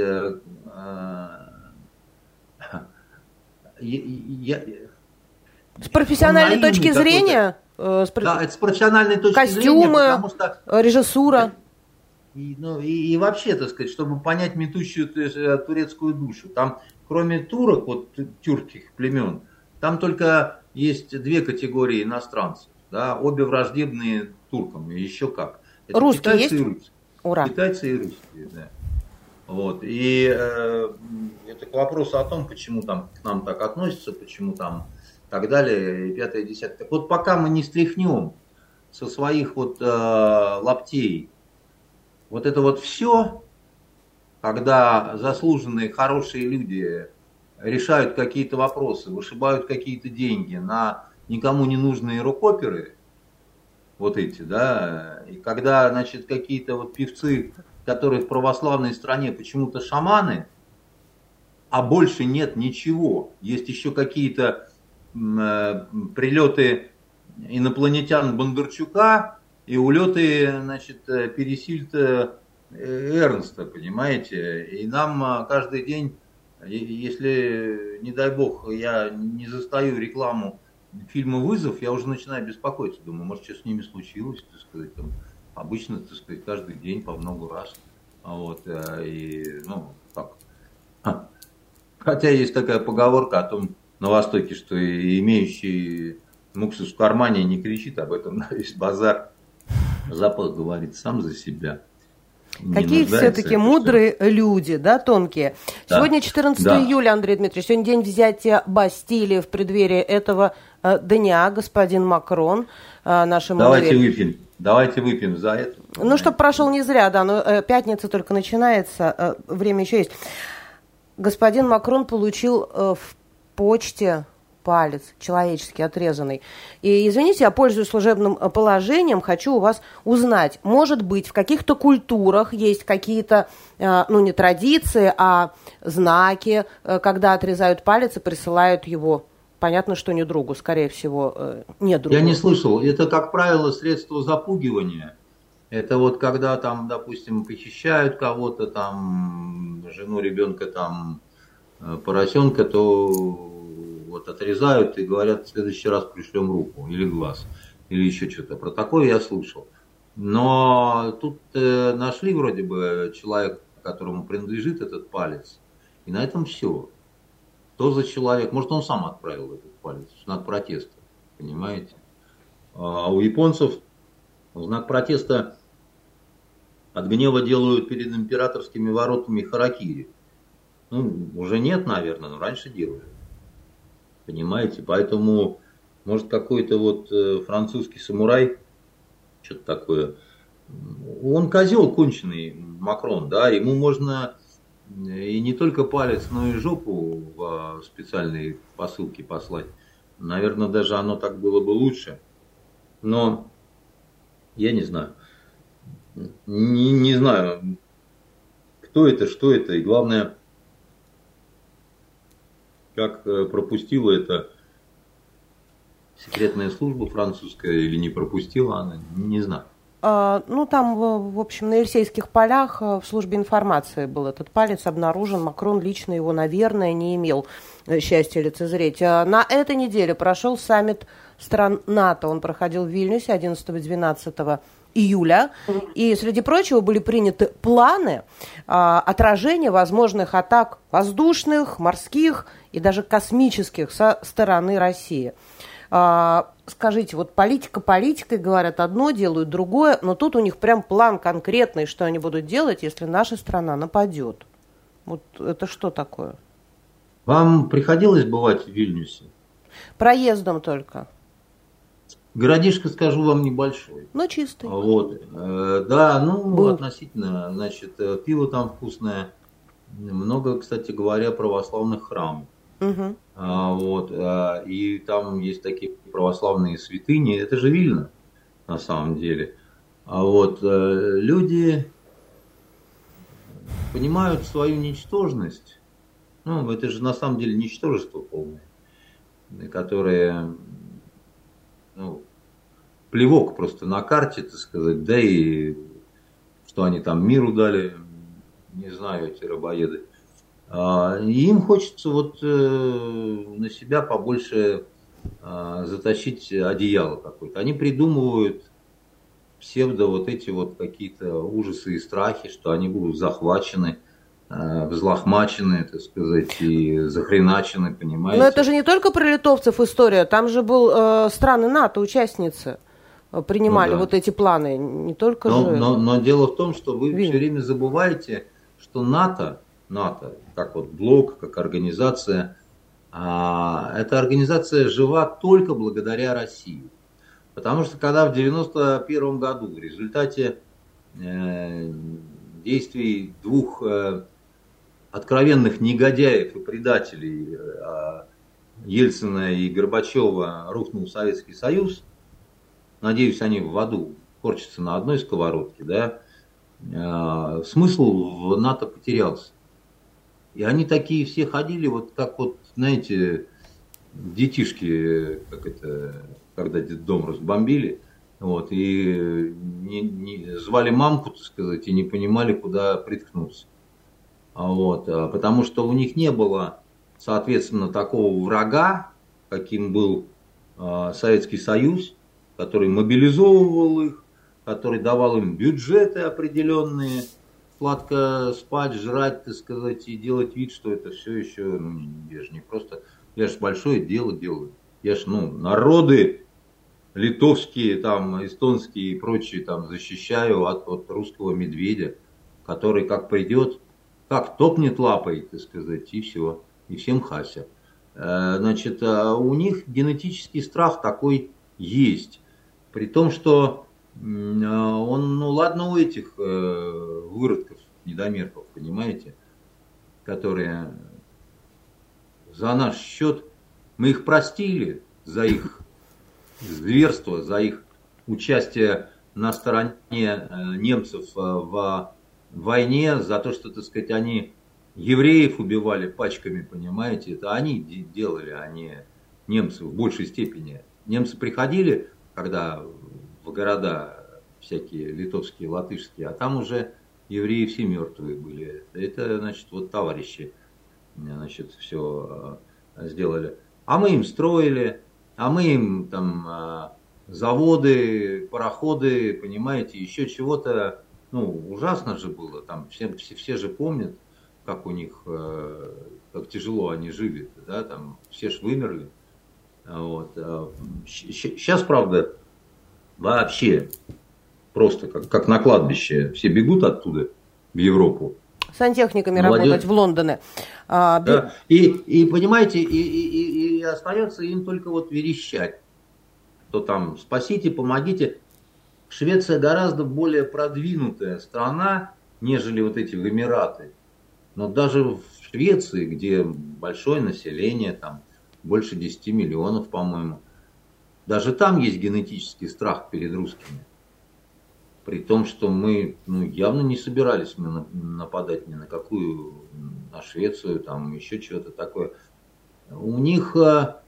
Я... С профессиональной точки зрения... Э, с... Да, это с профессиональной точки костюмы, зрения, потому что... режиссура. И, ну, и, и вообще, так сказать, чтобы понять метущую турецкую душу. Там, кроме турок, вот тюркских племен, там только есть две категории иностранцев. Да, обе враждебные туркам, и еще как. Это русские есть? И русские. Ура. Китайцы и русские, да. Вот. И э, это к вопросу о том, почему там к нам так относятся, почему там так далее, и пятое, десятое. Так вот, пока мы не стряхнем со своих вот э, лаптей вот это вот все, когда заслуженные, хорошие люди решают какие-то вопросы, вышибают какие-то деньги на никому не нужные рок-оперы, вот эти, да, и когда, значит, какие-то вот певцы, которые в православной стране почему-то шаманы, а больше нет ничего, есть еще какие-то э, прилеты инопланетян Бондарчука и улеты, значит, Пересильда Эрнста, понимаете, и нам каждый день, если, не дай бог, я не застаю рекламу фильма «Вызов», я уже начинаю беспокоиться, думаю, может, что с ними случилось, так сказать, там, обычно, так сказать, каждый день по много раз, вот, и, ну, как, хотя есть такая поговорка о том на Востоке, что имеющий уксус в кармане не кричит об этом на весь базар, Запад говорит сам за себя. Какие все-таки мудрые все. люди, да, тонкие. Да. Сегодня четырнадцатое июля, Андрей Дмитриевич, сегодня день взятия Бастилии. В преддверии этого э, дня господин Макрон, э, наши Давайте мудрые... выпьем. Давайте выпьем за это. Ну, чтобы прошел не зря, да, но э, пятница только начинается, э, время еще есть. Господин Макрон получил э, в почте палец человеческий, отрезанный. И, извините, я пользуюсь служебным положением, хочу у вас узнать, может быть, в каких-то культурах есть какие-то, ну, не традиции, а знаки, когда отрезают палец и присылают его, понятно, что не другу, скорее всего, не другу. Я не слышал. Это, как правило, средство запугивания. Это вот когда там, допустим, похищают кого-то, там, жену, ребенка, там, поросенка, то вот отрезают и говорят, в следующий раз пришлем руку или глаз, или еще что-то. Про такое я слышал. Но тут э, нашли вроде бы человека, которому принадлежит этот палец, и на этом все. Что за человек? Может, он сам отправил этот палец в знак протеста, понимаете? А у японцев в знак протеста от гнева делают перед императорскими воротами харакири. Ну, уже нет, наверное, но раньше делали. Понимаете, поэтому, может, какой-то вот э, французский самурай, что-то такое, он козел конченый, Макрон, да, ему можно и не только палец, но и жопу в специальные посылки послать. Наверное, даже оно так было бы лучше, но я не знаю, не, не знаю, кто это, что это, и главное, как пропустила это секретная служба французская или не пропустила она, не знаю. А, ну, там, в общем, на Елисейских полях в службе информации был этот палец обнаружен. Макрон лично его, наверное, не имел счастья лицезреть. А на этой неделе прошел саммит стран НАТО. Он проходил в Вильнюсе одиннадцатого-двенадцатого июля. И, среди прочего, были приняты планы а, отражения возможных атак воздушных, морских и даже космических со стороны России. А, скажите, вот политика политикой, говорят одно, делают другое, но тут у них прям план конкретный, что они будут делать, если наша страна нападет. Вот это что такое? Вам приходилось бывать в Вильнюсе? Проездом только. Городишко, скажу вам, небольшой. Но чистый. Вот. Да, ну, Был. относительно, значит, пиво там вкусное. Много, кстати говоря, православных храмов. Угу. А, вот, а, и там есть такие православные святыни. Это же Вильно, на самом деле. А вот а, люди понимают свою ничтожность. Ну, это же на самом деле ничтожество полное, которое, ну, плевок просто на карте, так сказать, да и что они там миру дали, не знаю, эти рабоеды. И им хочется вот э, на себя побольше э, затащить одеяло какое-то. Они придумывают псевдо вот эти вот какие-то ужасы и страхи, что они будут захвачены, э, взлохмачены, так сказать, и захреначены, понимаете. Но это же не только про литовцев история, там же был э, страны НАТО, участницы принимали ну, да. вот эти планы, не только но, же... Но, но дело в том, что вы Вин. все время забываете, что НАТО, НАТО, как вот блок, как организация, а, эта организация жива только благодаря России. Потому что когда в девяносто первом году в результате э, действий двух э, откровенных негодяев и предателей э, Ельцина и Горбачева рухнул Советский Союз, надеюсь, они в аду корчатся на одной сковородке, да, э, смысл в НАТО потерялся. И они такие все ходили, вот как вот, знаете, детишки, как это, когда детдом разбомбили, Вот, и не, не, звали мамку, так сказать, и не понимали, куда приткнуться. Вот, потому что у них не было, соответственно, такого врага, каким был э, Советский Союз, который мобилизовывал их, который давал им бюджеты определенные, сладко спать, жрать, так сказать, и делать вид, что это все еще, ну, я же не просто, я же большое дело делаю. Я же, ну, народы литовские, там, эстонские и прочие там защищаю от, от русского медведя, который как придет, как топнет лапой, так сказать, и все, и всем хася. Значит, у них генетический страх такой есть. При том, что он, ну ладно, у этих выродков, недомерков, понимаете, которые за наш счет, мы их простили за их зверство, за их участие на стороне немцев в войне, за то, что, так сказать, они евреев убивали пачками, понимаете, это они делали, а не немцы в большей степени. Немцы приходили, когда в города всякие литовские, латышские, а там уже евреи все мертвые были. Это, значит, вот товарищи, значит, все сделали. А мы им строили, а мы им там заводы, пароходы, понимаете, еще чего-то, ну, ужасно же было, там все, все, все же помнят, как у них, как тяжело они жили, да, там все ж вымерли. Вот. Сейчас, правда, вообще просто как, как на кладбище, все бегут оттуда в Европу. Сантехниками Молодежь. Работать в Лондоне. А, да. и, и понимаете, и, и, и, и остается им только вот верещать, что там спасите, помогите. Швеция гораздо более продвинутая страна, нежели вот эти Эмираты. Но даже в Швеции, где большое население, там больше десяти миллионов, по-моему, даже там есть генетический страх перед русскими. При том, что мы, ну, явно не собирались мы нападать ни на какую, на Швецию, там еще чего-то такое. У них, как,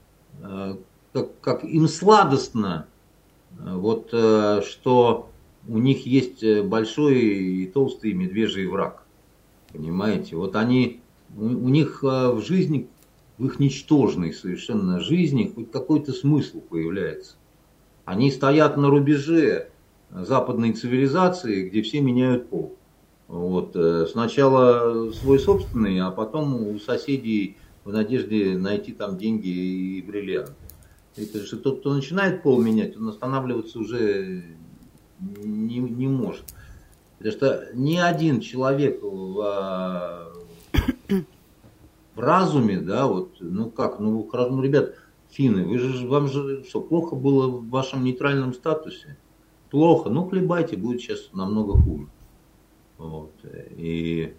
как им сладостно, вот, что у них есть большой и толстый медвежий враг. Понимаете, вот они, у, у них в жизни, в их ничтожной совершенно жизни хоть какой-то смысл появляется. Они стоят на рубеже западной цивилизации, где все меняют пол. Вот. Сначала свой собственный, а потом у соседей в надежде найти там деньги и бриллианты. Это же тот, кто начинает пол менять, он останавливаться уже не, не может. Потому что ни один человек в, в разуме, да, вот, ну как, ну, ну, ребят, финны, вы же, вам же что, плохо было в вашем нейтральном статусе? Плохо, ну хлебайте, будет сейчас намного хуже. Вот. И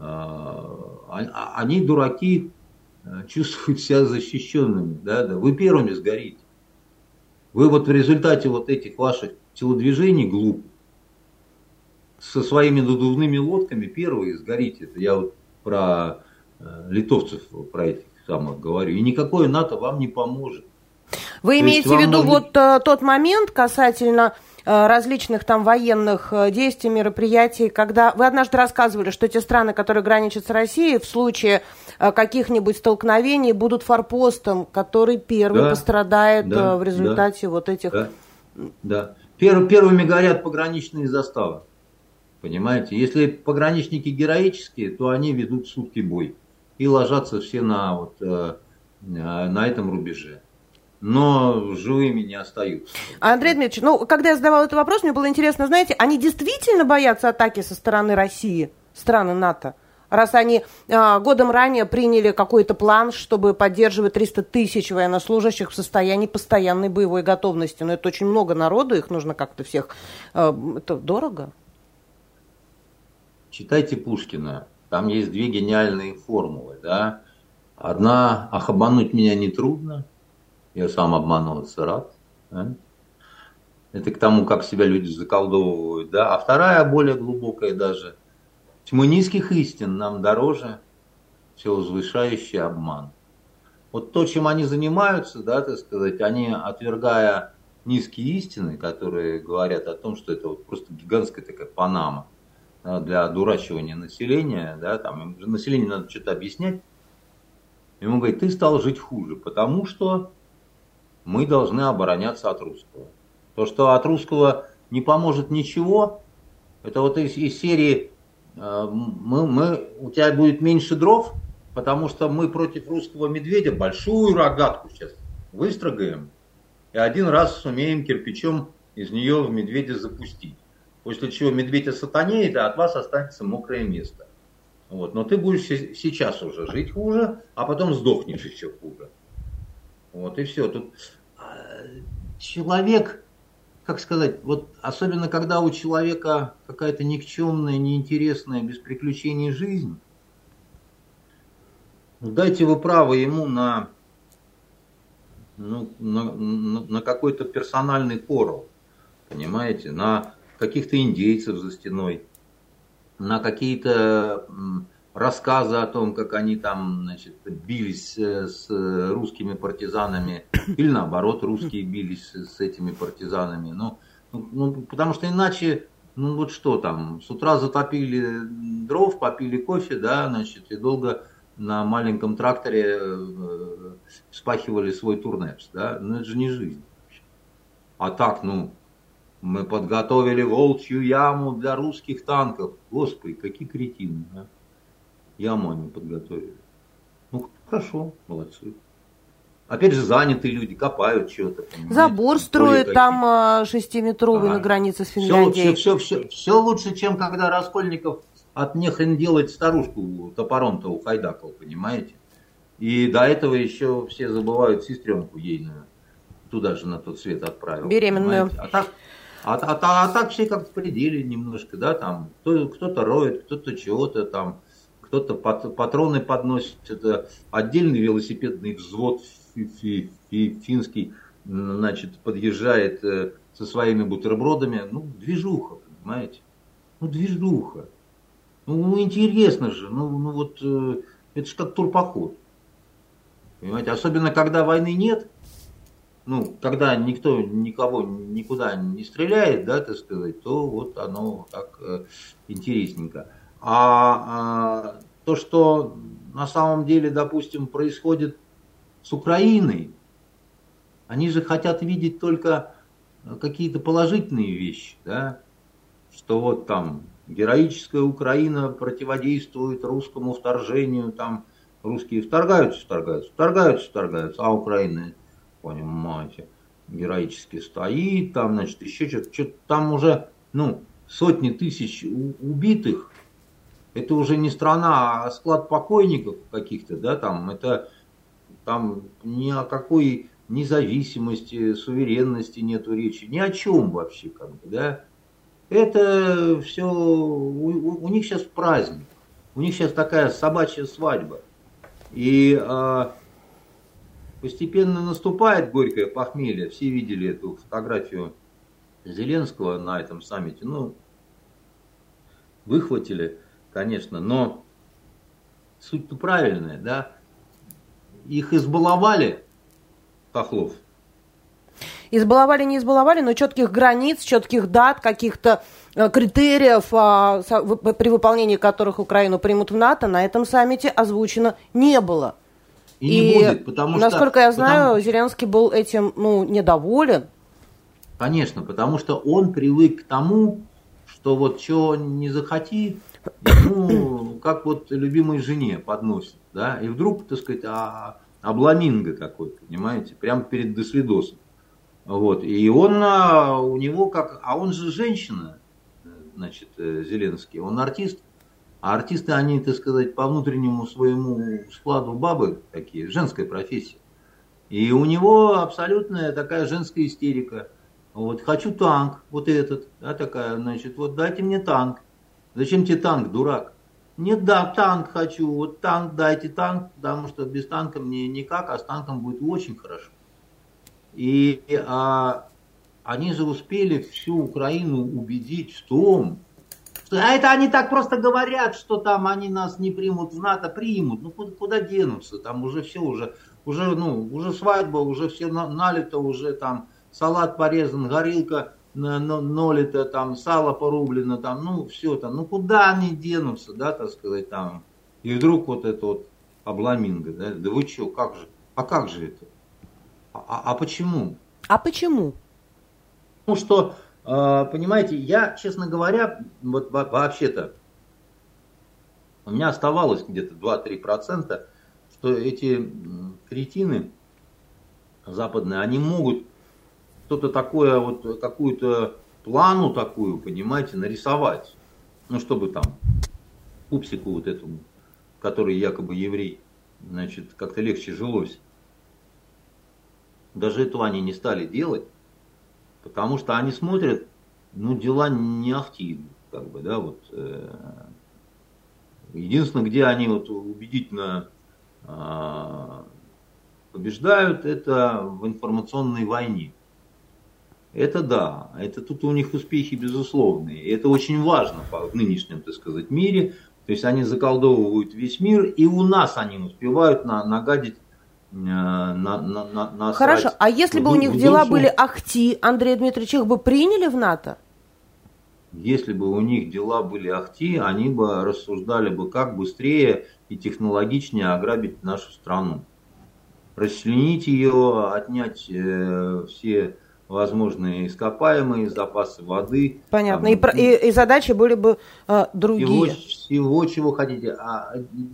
а, они, дураки, чувствуют себя защищенными, да, да. Вы первыми сгорите. Вы вот в результате вот этих ваших телодвижений глупых со своими надувными лодками первые сгорите. Это я вот про э, литовцев, про этих самых говорю. И никакое НАТО вам не поможет. Вы То имеете в виду нужно... вот э, тот момент касательно э, различных там военных э, действий, мероприятий, когда вы однажды рассказывали, что те страны, которые граничат с Россией, в случае э, каких-нибудь столкновений будут форпостом, который первый да, пострадает да, э, в результате да, вот этих... Да, да. Пер, первыми горят пограничные заставы. Понимаете, если пограничники героические, то они ведут сутки бой и ложатся все на, вот, э, на этом рубеже. Но живыми не остаются. Андрей Дмитриевич, ну, когда я задавала этот вопрос, мне было интересно, знаете, они действительно боятся атаки со стороны России, страны НАТО? Раз они э, годом ранее приняли какой-то план, чтобы поддерживать триста тысяч военнослужащих в состоянии постоянной боевой готовности. Но это очень много народу, их нужно как-то всех... Э, это дорого? Читайте Пушкина. Там есть две гениальные формулы. Да? Одна – ах, обмануть меня нетрудно. Я сам обманываться рад. Да? Это к тому, как себя люди заколдовывают. Да? А вторая, более глубокая даже. Тьмы низких истин нам дороже, все возвышающий обман. Вот то, чем они занимаются, да, так сказать, они, отвергая низкие истины, которые говорят о том, что это вот просто гигантская такая Панама, да, для одурачивания населения, да, там населению надо что-то объяснять. Ему говорит, ты стал жить хуже, потому что мы должны обороняться от русского. То, что от русского не поможет ничего, это вот из, из серии э, мы, мы, у тебя будет меньше дров, потому что мы против русского медведя большую рогатку сейчас выстрогаем и один раз сумеем кирпичом из нее в медведя запустить. После чего медведь осатанеет, а от вас останется мокрое место. Вот. Но ты будешь сейчас уже жить хуже, а потом сдохнешь еще хуже. Вот и все. Тут человек, как сказать, вот особенно когда у человека какая-то никчемная, неинтересная, без приключений жизнь, дайте вы право ему на, ну, на, на, на какой-то персональный корал, понимаете, на каких-то индейцев за стеной, на какие-то рассказы о том, как они там, значит, бились с русскими партизанами, или наоборот, русские бились с этими партизанами. Ну, ну, потому что иначе, ну вот что там, с утра затопили дров, попили кофе, да, значит, и долго на маленьком тракторе вспахивали свой турнепс, да, ну это же не жизнь. А так, ну, мы подготовили волчью яму для русских танков. Господи, какие кретины, а? Яму они подготовили. Ну, хорошо, молодцы. Опять же, занятые люди, копают что-то. Забор строят там шестиметровый а, на границе с Финляндией. Все, все, все, все лучше, чем когда Раскольников от нехрен делать старушку топором-то ухайдакал, понимаете? И до этого еще все забывают сестренку ейную. Туда же на тот свет отправил. Беременную. А так, а, а, а, а так все как-то в пределе немножко, да, там кто, кто-то роет, кто-то чего-то там, кто-то пат, патроны подносит, это отдельный велосипедный взвод фи, фи, фи, финский, значит, подъезжает э, со своими бутербродами, ну, движуха, понимаете, ну, движуха, ну, интересно же, ну, ну вот, э, это же как турпоход, понимаете, особенно когда войны нет. Ну, когда никто никого никуда не стреляет, да, так сказать, то вот оно так э, интересненько. А, а то, что на самом деле, допустим, происходит с Украиной, они же хотят видеть только какие-то положительные вещи, да, что вот там героическая Украина противодействует русскому вторжению, там русские вторгаются, вторгаются, вторгаются, вторгаются, а Украина... Понимаете, героически стоит, там, значит, еще что-то, что-то там уже, ну, сотни тысяч убитых, это уже не страна, а склад покойников каких-то, да, там, это, там ни о какой независимости, суверенности нету речи, ни о чем вообще, как бы, да, это все, у, у, у них сейчас праздник, у них сейчас такая собачья свадьба, и... А, постепенно наступает горькое похмелье. Все видели эту фотографию Зеленского на этом саммите. Ну, выхватили, конечно, но суть-то правильная, да. Их избаловали, хохлов. Избаловали, не избаловали, но четких границ, четких дат, каких-то критериев, при выполнении которых Украину примут в НАТО, на этом саммите озвучено не было. И, и не будет, потому насколько что... Насколько я знаю, потому... Зеленский был этим, ну, недоволен. Конечно, потому что он привык к тому, что вот что не захоти, ему как вот любимой жене подносит, да, и вдруг, так сказать, а, обламинго какой-то, понимаете, прямо перед досвидосом. Вот, и он, а, у него как, а он же женщина, значит, Зеленский, он артист. А артисты, они, так сказать, по внутреннему своему складу бабы такие, женская профессия. И у него абсолютная такая женская истерика. Вот, хочу танк, вот этот, да, такая, значит, вот дайте мне танк. Зачем тебе танк, дурак? Нет, да, танк хочу, вот танк, дайте танк, потому что без танка мне никак, а с танком будет очень хорошо. И а, они же успели всю Украину убедить в том, а это они так просто говорят, что там они нас не примут в НАТО, примут. Ну куда, куда денутся? Там уже все, уже, уже, ну, уже свадьба, уже все налито, уже там салат порезан, горилка налита, там, сало порублено, там, ну, все там. Ну, куда они денутся, да, так сказать, там. И вдруг вот это вот обламинго, да, да вы что, как же, а как же это? А, а почему? А почему? Потому что, понимаете, я, честно говоря, вот вообще-то, у меня оставалось где-то два-три процента, что эти кретины западные, они могут что-то такое, вот какую-то плану такую, понимаете, нарисовать. Ну, чтобы там пупсику вот этому, который якобы еврей, значит, как-то легче жилось. Даже этого они не стали делать, потому что они смотрят, ну, дела не ахти, как бы, да, вот. Э, единственное, где они вот убедительно э, побеждают, это в информационной войне. Это да, это тут у них успехи безусловные. И это очень важно в нынешнем, так сказать, мире. То есть они заколдовывают весь мир, и у нас они успевают на, нагадить. На, на, на, на Хорошо, а если бы у них дела были ахти, Андрей Дмитриевич, их бы приняли в НАТО? Если бы у них дела были ахти, они бы рассуждали бы, как быстрее и технологичнее ограбить нашу страну. Расчленить ее, отнять э, все возможные ископаемые, запасы воды. Понятно, там, и, и, и задачи были бы э, другие. Всего, всего, чего хотите. А,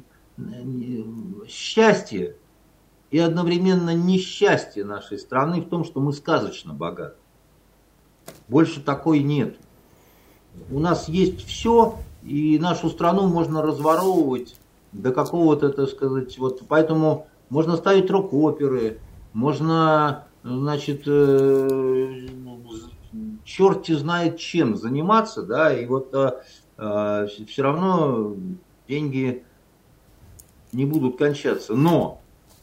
счастье и одновременно несчастье нашей страны в том, что мы сказочно богаты. Больше такой нет. У нас есть все, и нашу страну можно разворовывать до какого-то, так сказать, вот поэтому можно ставить рок-оперы, можно, значит, э, черти знает чем заниматься, да, и вот э, все равно деньги не будут кончаться. Но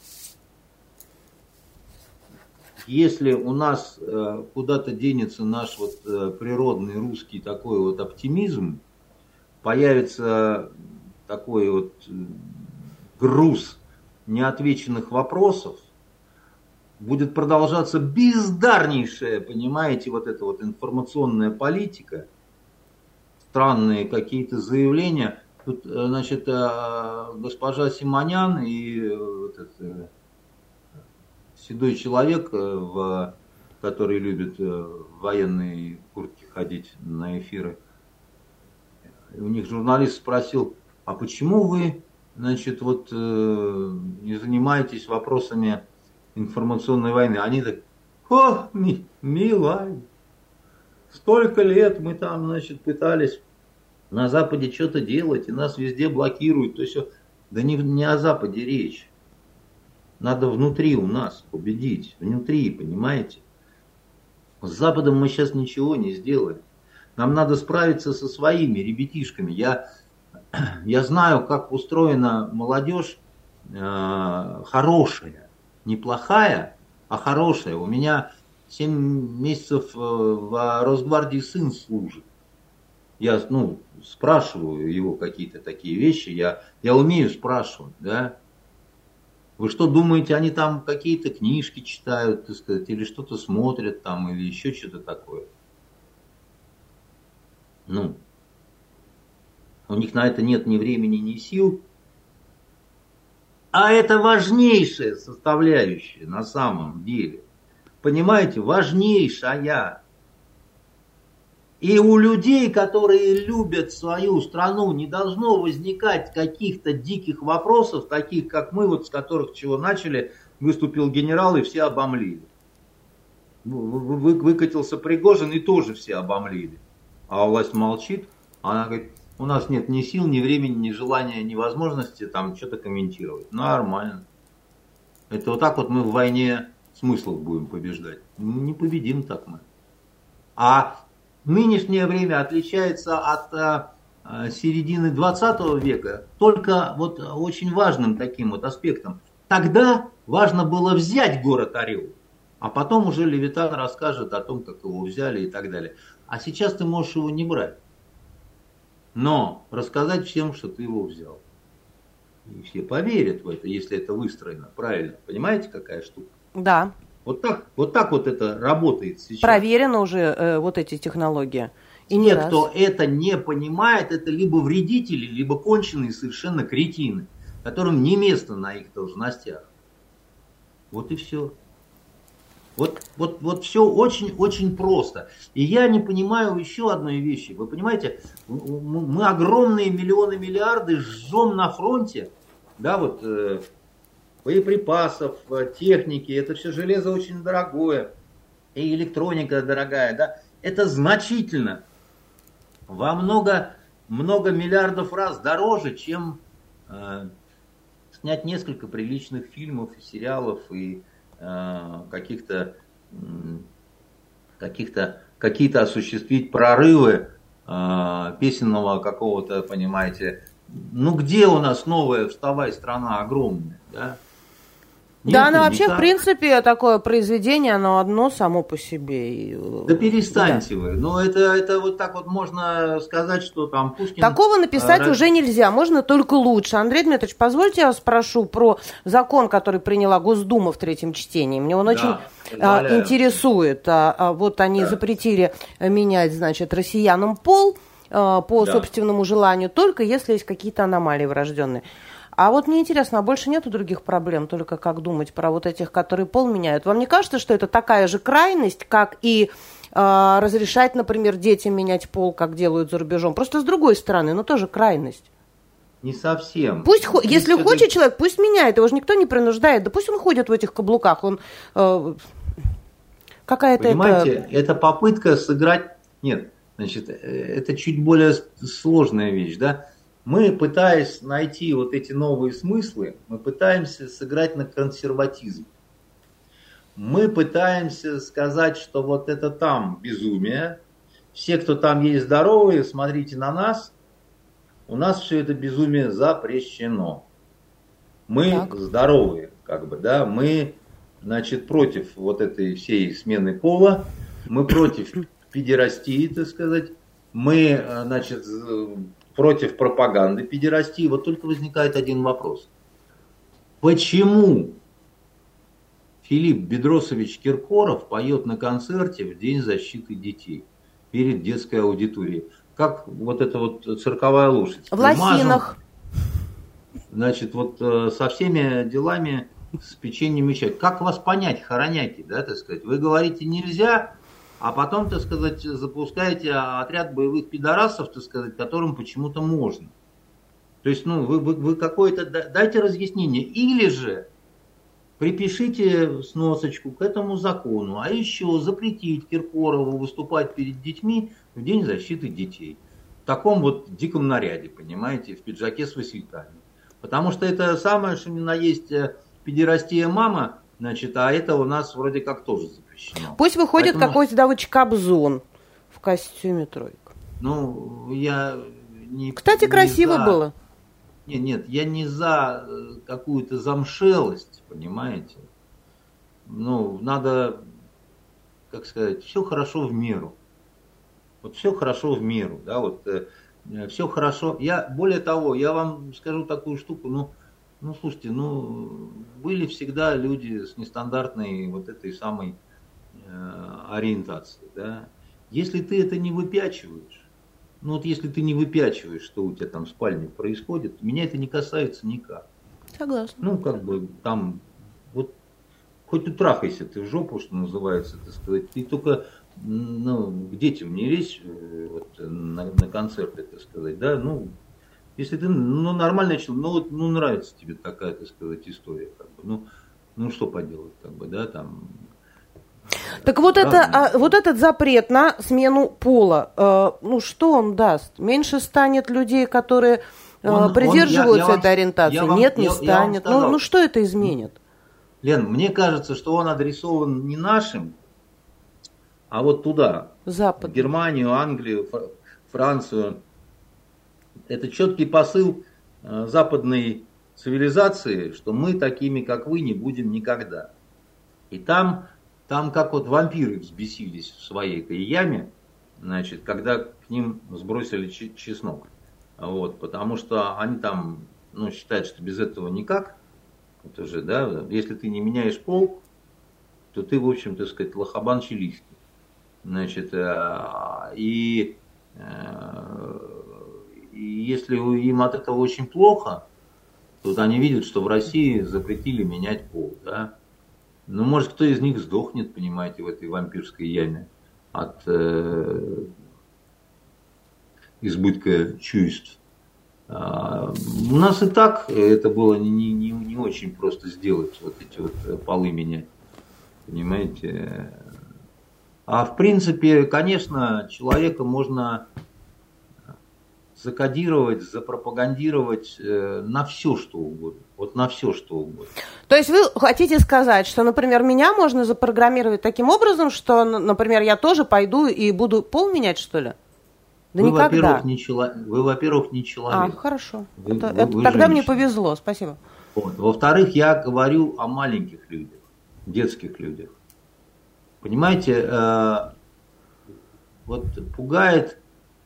если у нас э, куда-то денется наш вот э, природный русский такой вот оптимизм, появится такой вот э, груз неотвеченных вопросов, будет продолжаться бездарнейшая, понимаете, вот эта вот информационная политика, странные какие-то заявления. Тут, значит, э, госпожа Симонян и э, вот это, седой человек, в, который любит в военные куртки ходить на эфиры. У них журналист спросил, а почему вы, значит, вот не занимаетесь вопросами информационной войны? Они так, о, ми, милая, столько лет мы там, значит, пытались на Западе что-то делать, и нас везде блокируют. То есть, да не, не о Западе речь. Надо внутри у нас победить, внутри, понимаете? С Западом мы сейчас ничего не сделаем. Нам надо справиться со своими ребятишками. Я, я знаю, как устроена молодежь э, хорошая, не плохая, а хорошая. У меня семь месяцев в Росгвардии сын служит. Я, ну, спрашиваю его какие-то такие вещи, я, я умею спрашивать, да? Вы что думаете, они там какие-то книжки читают, так сказать, или что-то смотрят там, или еще что-то такое? Ну, у них на это нет ни времени, ни сил. А это важнейшая составляющая на самом деле. Понимаете, важнейшая. И у людей, которые любят свою страну, не должно возникать каких-то диких вопросов, таких как мы, вот с которых чего начали, выступил генерал и все обомлели. Вы, выкатился Пригожин и тоже все обомлели. А власть молчит, она говорит, у нас нет ни сил, ни времени, ни желания, ни возможности там что-то комментировать. Нормально. Это вот так вот мы в войне смыслов будем побеждать. Не победим так мы. А нынешнее время отличается от э, середины двадцатого века только вот очень важным таким вот аспектом. Тогда важно было взять город Орел, а потом уже Левитан расскажет о том, как его взяли и так далее. А сейчас ты можешь его не брать, но рассказать всем, что ты его взял. И все поверят в это, если это выстроено правильно. Понимаете, какая штука? Да. Вот так, вот так вот это работает сейчас. Проверено уже э, вот эти технологии. И не Те, раз. кто это не понимает, это либо вредители, либо конченые совершенно кретины, которым не место на их должностях. Вот и все. Вот, вот, вот все очень-очень просто. И я не понимаю еще одной вещи. Вы понимаете, мы огромные миллионы, миллиарды жжем на фронте, да, вот э, боеприпасов, техники, это все железо очень дорогое, и электроника дорогая, да. Это значительно, во много, много миллиардов раз дороже, чем э, снять несколько приличных фильмов, сериалов и э, каких-то, э, каких-то, какие-то осуществить прорывы э, песенного какого-то, понимаете. Ну где у нас новая «Вставай, страна» огромная, да? Да, оно вообще, никак. В принципе, такое произведение, оно одно само по себе. Да перестаньте да. вы. Ну, это, это вот так вот можно сказать, что там Пушкин... Такого написать а, уже нельзя, можно только лучше. Андрей Дмитриевич, позвольте я вас спрошу про закон, который приняла Госдума в третьем чтении. Мне он да, очень а, интересует. А, а, вот они да. запретили менять, значит, россиянам пол а, по да. собственному желанию, только если есть какие-то аномалии врожденные. А вот мне интересно, а больше нету других проблем, только как думать про вот этих, которые пол меняют? Вам не кажется, что это такая же крайность, как и э, разрешать, например, детям менять пол, как делают за рубежом? Просто с другой стороны, но тоже крайность. Не совсем. Пусть, если хочет человек, пусть меняет, его же никто не принуждает. Да пусть он ходит в этих каблуках, он э, какая-то... Понимаете, это... это попытка сыграть... Нет, значит, это чуть более сложная вещь, да? Мы, пытаясь найти вот эти новые смыслы, мы пытаемся сыграть на консерватизм. Мы пытаемся сказать, что вот это там безумие. Все, кто там есть здоровые, смотрите на нас. У нас все это безумие запрещено. Мы так. здоровые, как бы, да. Мы, значит, против вот этой всей смены пола. Мы против педерастии, так сказать. Мы, значит... против пропаганды педерастии. Вот только возникает один вопрос. Почему Филипп Бедросович Киркоров поет на концерте в День защиты детей перед детской аудиторией? Как вот эта вот цирковая лошадь. В лосинах. Значит, вот со всеми делами, с печеньем и чаем. Как вас понять, хороняки, да, так сказать? Вы говорите нельзя... А потом, так сказать, запускаете отряд боевых пидорасов, так сказать, которым почему-то можно. То есть, ну, вы, вы, вы какое-то дайте разъяснение. Или же припишите сносочку к этому закону, а еще запретить Киркорову выступать перед детьми в День защиты детей. В таком вот диком наряде, понимаете, в пиджаке с васильками. Потому что это самое, что ни на есть педерастия мама. Значит, а это у нас вроде как тоже запрещено. Пусть выходит Поэтому... какой-то давыч Кобзон в костюме тройка. Ну, я не... Кстати, не красиво за... было. Нет, нет, я не за какую-то замшелость, понимаете. Ну, надо, как сказать, все хорошо в меру. Вот все хорошо в меру, да, вот э, все хорошо. Я, более того, я вам скажу такую штуку, ну, Ну, слушайте, ну, были всегда люди с нестандартной вот этой самой э, ориентацией, да. Если ты это не выпячиваешь, ну вот если ты не выпячиваешь, что у тебя там в спальне происходит, меня это не касается никак. Согласна. Ну, как бы там, вот, хоть утрахайся ты в жопу, что называется, так сказать, ты только, ну, к детям не лезь вот, на, на концерты, так сказать, да, ну, если ты, ну, нормальный человек, ну, вот, ну, нравится тебе такая, так сказать, история, как бы, ну, ну, что поделать, как бы, да, там. Так вот, это, а, вот этот запрет на смену пола, э, ну, что он даст? Меньше станет людей, которые э, он, придерживаются он, я, я этой вам, ориентации? Вам, Нет, не я, станет. Я ну, ну, что это изменит? Лен, мне кажется, что он адресован не нашим, а вот туда. Запад. В Германию, Англию, Францию. Это четкий посыл э, западной цивилизации, что мы такими, как вы, не будем никогда. И там, там как вот вампиры взбесились в своей этой яме, значит, когда к ним сбросили чеснок. Вот, потому что они там, ну, считают, что без этого никак. Это же, да, если ты не меняешь пол, то ты, в общем, так сказать, лохобан чилийский. Значит, и, и если им от этого очень плохо, то вот они видят, что в России запретили менять пол, да. Ну, может, кто из них сдохнет, понимаете, в этой вампирской яме от э, избытка чувств. А, у нас и так это было не, не, не очень просто сделать, вот эти вот полы менять, понимаете. А в принципе, конечно, человека можно закодировать, запропагандировать э, на все, что угодно. Вот на все, что угодно. То есть вы хотите сказать, что, например, меня можно запрограммировать таким образом, что, например, я тоже пойду и буду пол менять, что ли? Да вы, никогда. Во-первых, не чело... Вы, во-первых, не человек. А, хорошо. Вы, это, вы, это, вы тогда женщина. мне повезло, спасибо. Вот. Во-вторых, я говорю о маленьких людях, детских людях. Понимаете, э, вот пугает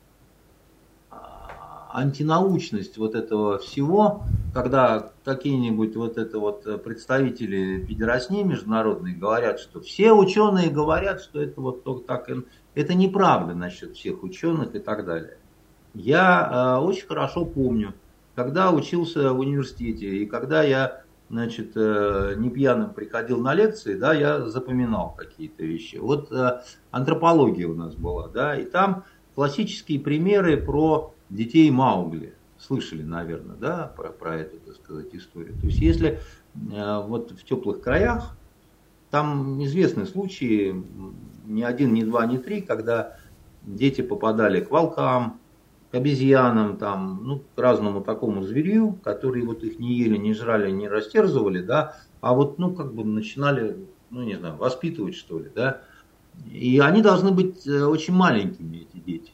антинаучность вот этого всего, когда какие-нибудь вот это вот представители педерастии международные говорят, что все ученые говорят, что это вот только так, это неправда насчет всех ученых и так далее. Я э, очень хорошо помню, когда учился в университете и когда я, значит, э, не пьяным приходил на лекции, да, я запоминал какие-то вещи. Вот э, антропология у нас была, да, и там классические примеры про детей Маугли. Слышали, наверное, да, про, про эту, так сказать, историю. То есть, если э, вот в теплых краях, там известны случаи, ни один, ни два, ни три, когда дети попадали к волкам, к обезьянам, там, ну, к разному такому зверю, которые вот их не ели, не жрали, не растерзывали, да, а вот, ну, как бы начинали, ну, не знаю, воспитывать, что ли, да. И они должны быть очень маленькими, эти дети.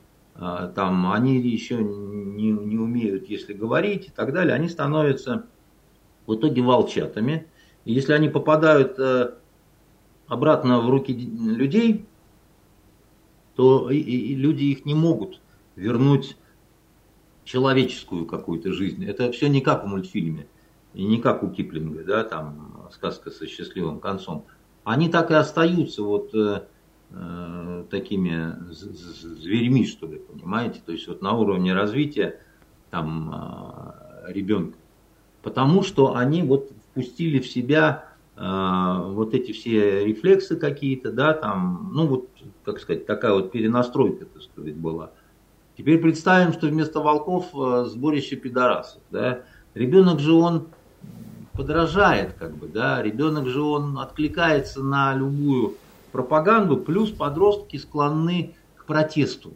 Там они еще не, не умеют, если говорить и так далее, они становятся в итоге волчатами. И если они попадают обратно в руки людей, то и, и люди их не могут вернуть человеческую какую-то жизнь. Это все не как в мультфильме, и не как у Киплинга, да, там сказка со счастливым концом. Они так и остаются вот такими зверьми, что ли, понимаете, то есть вот на уровне развития там ребенка, потому что они вот впустили в себя вот эти все рефлексы какие-то, да, там, ну вот, как сказать, такая вот перенастройка, так сказать, была. Теперь представим, что вместо волков сборище пидорасов, да, ребенок же он подражает, как бы, да, ребенок же он откликается на любую пропаганду, плюс подростки склонны к протесту.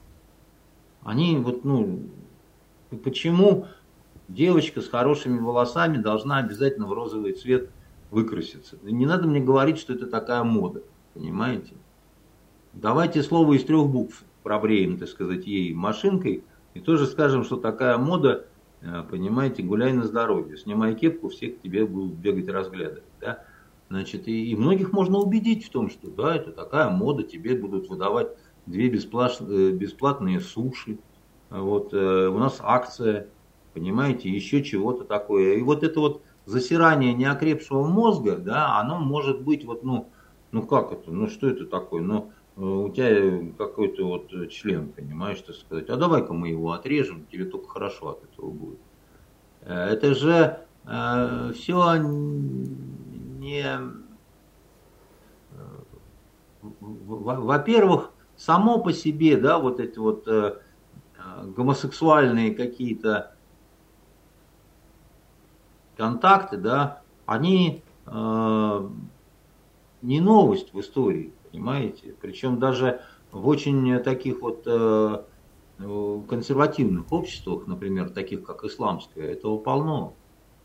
Они вот, ну, почему девочка с хорошими волосами должна обязательно в розовый цвет выкраситься? Не надо мне говорить, что это такая мода, понимаете? Давайте слово из трех букв пробреем, так сказать, ей машинкой, и тоже скажем, что такая мода, понимаете, гуляй на здоровье, снимай кепку, все к тебе будут бегать и разглядывать, да? Значит, и, и многих можно убедить в том, что да, это такая мода, тебе будут выдавать две бесплатные, бесплатные суши, вот, э, у нас акция, понимаете, еще чего-то такое. И вот это вот засирание неокрепшего мозга, да, оно может быть вот, ну, ну как это, ну что это такое, ну у тебя какой-то вот член, понимаешь, так сказать, а давай-ка мы его отрежем, тебе только хорошо от этого будет. Это же э, все не... Во-первых, само по себе, да, вот эти вот э, гомосексуальные какие-то контакты, да, они э, не новость в истории, понимаете? Причем даже в очень таких вот э, консервативных обществах, например, таких как исламское, этого полно.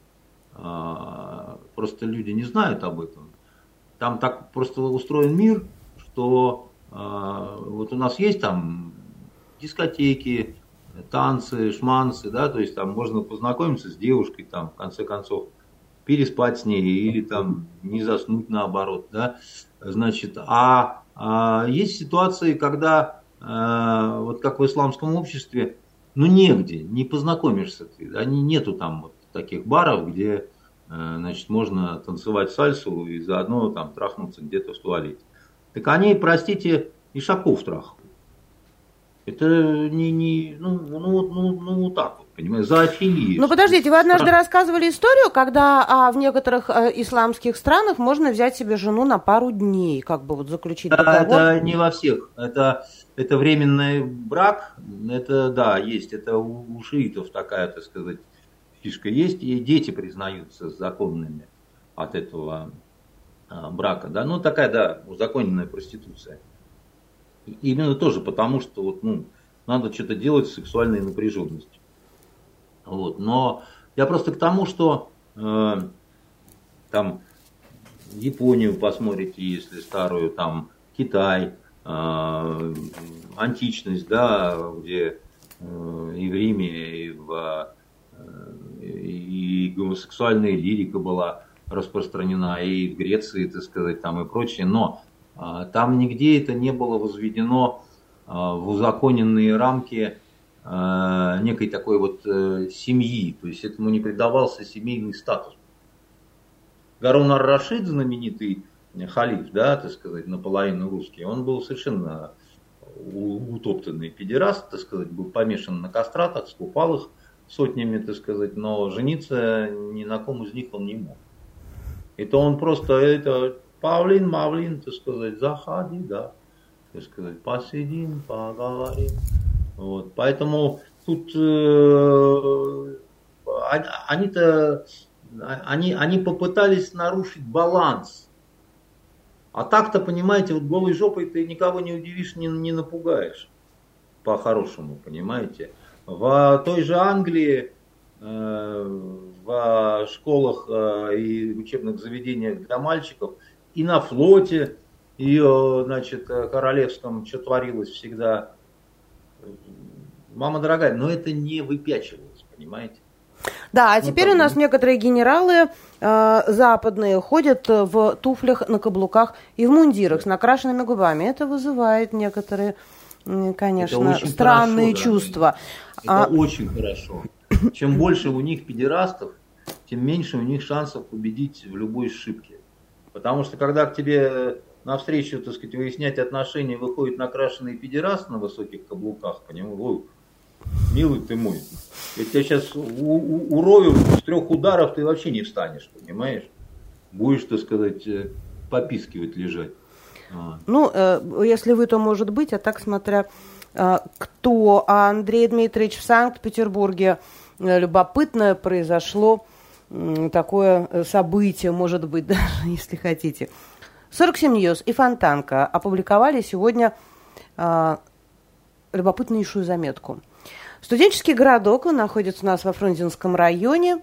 Э, просто люди не знают об этом. Там так просто устроен мир, что э, вот у нас есть там дискотеки, танцы, шманцы, да, то есть там можно познакомиться с девушкой, там, в конце концов, переспать с ней или там не заснуть наоборот, да, значит, а, а есть ситуации, когда, а, вот как в исламском обществе, ну негде, не познакомишься ты, да, нету там вот таких баров, где значит, можно танцевать сальсу и заодно там трахнуться где-то в туалете. Так они, простите, ишаков трахают. Это не, не ну, ну, ну, ну, вот так вот, понимаете, зоофилия. Ну, подождите, вы однажды рассказывали историю, когда а, в некоторых а, исламских странах можно взять себе жену на пару дней, как бы вот заключить договор. Это не во всех, это, это временный брак, это, да, есть, это у, у шиитов такая, так сказать, фишка есть, и дети признаются законными от этого а, брака, да, ну, такая, да, узаконенная проституция. Именно тоже потому, что вот, ну, надо что-то делать с сексуальной напряженностью. Вот. Но я просто к тому, что э, там Японию посмотрите, если старую, там Китай, э, античность, да, где э, и в Риме, и, в, э, и гомосексуальная лирика была распространена, и в Греции, так сказать, там и прочее, но там нигде это не было возведено в узаконенные рамки некой такой вот семьи, то есть этому не придавался семейный статус. Гарун ар-Рашид, знаменитый халиф, да, так сказать, наполовину русский, он был совершенно утоптанный педераст, так сказать, был помешан на кастратах, скупал их сотнями, так сказать, но жениться ни на ком из них он не мог. Это он просто, это... Павлин, Мавлин, так сказать, заходи, да, так сказать, посидим, поговорим. Вот, поэтому тут э, они-то, они, они попытались нарушить баланс. А так-то, понимаете, вот голой жопой ты никого не удивишь, не, не напугаешь. По-хорошему, понимаете. В той же Англии, э, в школах э, и учебных заведениях для мальчиков, и на флоте, и, значит, королевском, что творилось всегда. Мама дорогая, но это не выпячивалось, понимаете? Да, а теперь ну, у нас некоторые генералы э, западные ходят в туфлях на каблуках и в мундирах с накрашенными губами. Это вызывает некоторые, конечно, странные хорошо, чувства. Это а... очень хорошо. Чем больше у них педерастов, тем меньше у них шансов победить в любой ошибке. Потому что когда к тебе навстречу, так сказать, выяснять отношения выходит накрашенный педераст на высоких каблуках, понимаешь, ой, милый ты мой, я тебя сейчас у- у- урою, с трех ударов ты вообще не встанешь, понимаешь? Будешь, так сказать, попискивать, лежать. А. Ну, э, если вы, то может быть, а так смотря э, кто. А Андрей Дмитриевич в Санкт-Петербурге э, любопытное произошло такое событие, может быть, даже, если хотите. сорок семь News и Фонтанка опубликовали сегодня э, любопытнейшую заметку. Студенческий городок, он находится у нас во Фрунзенском районе,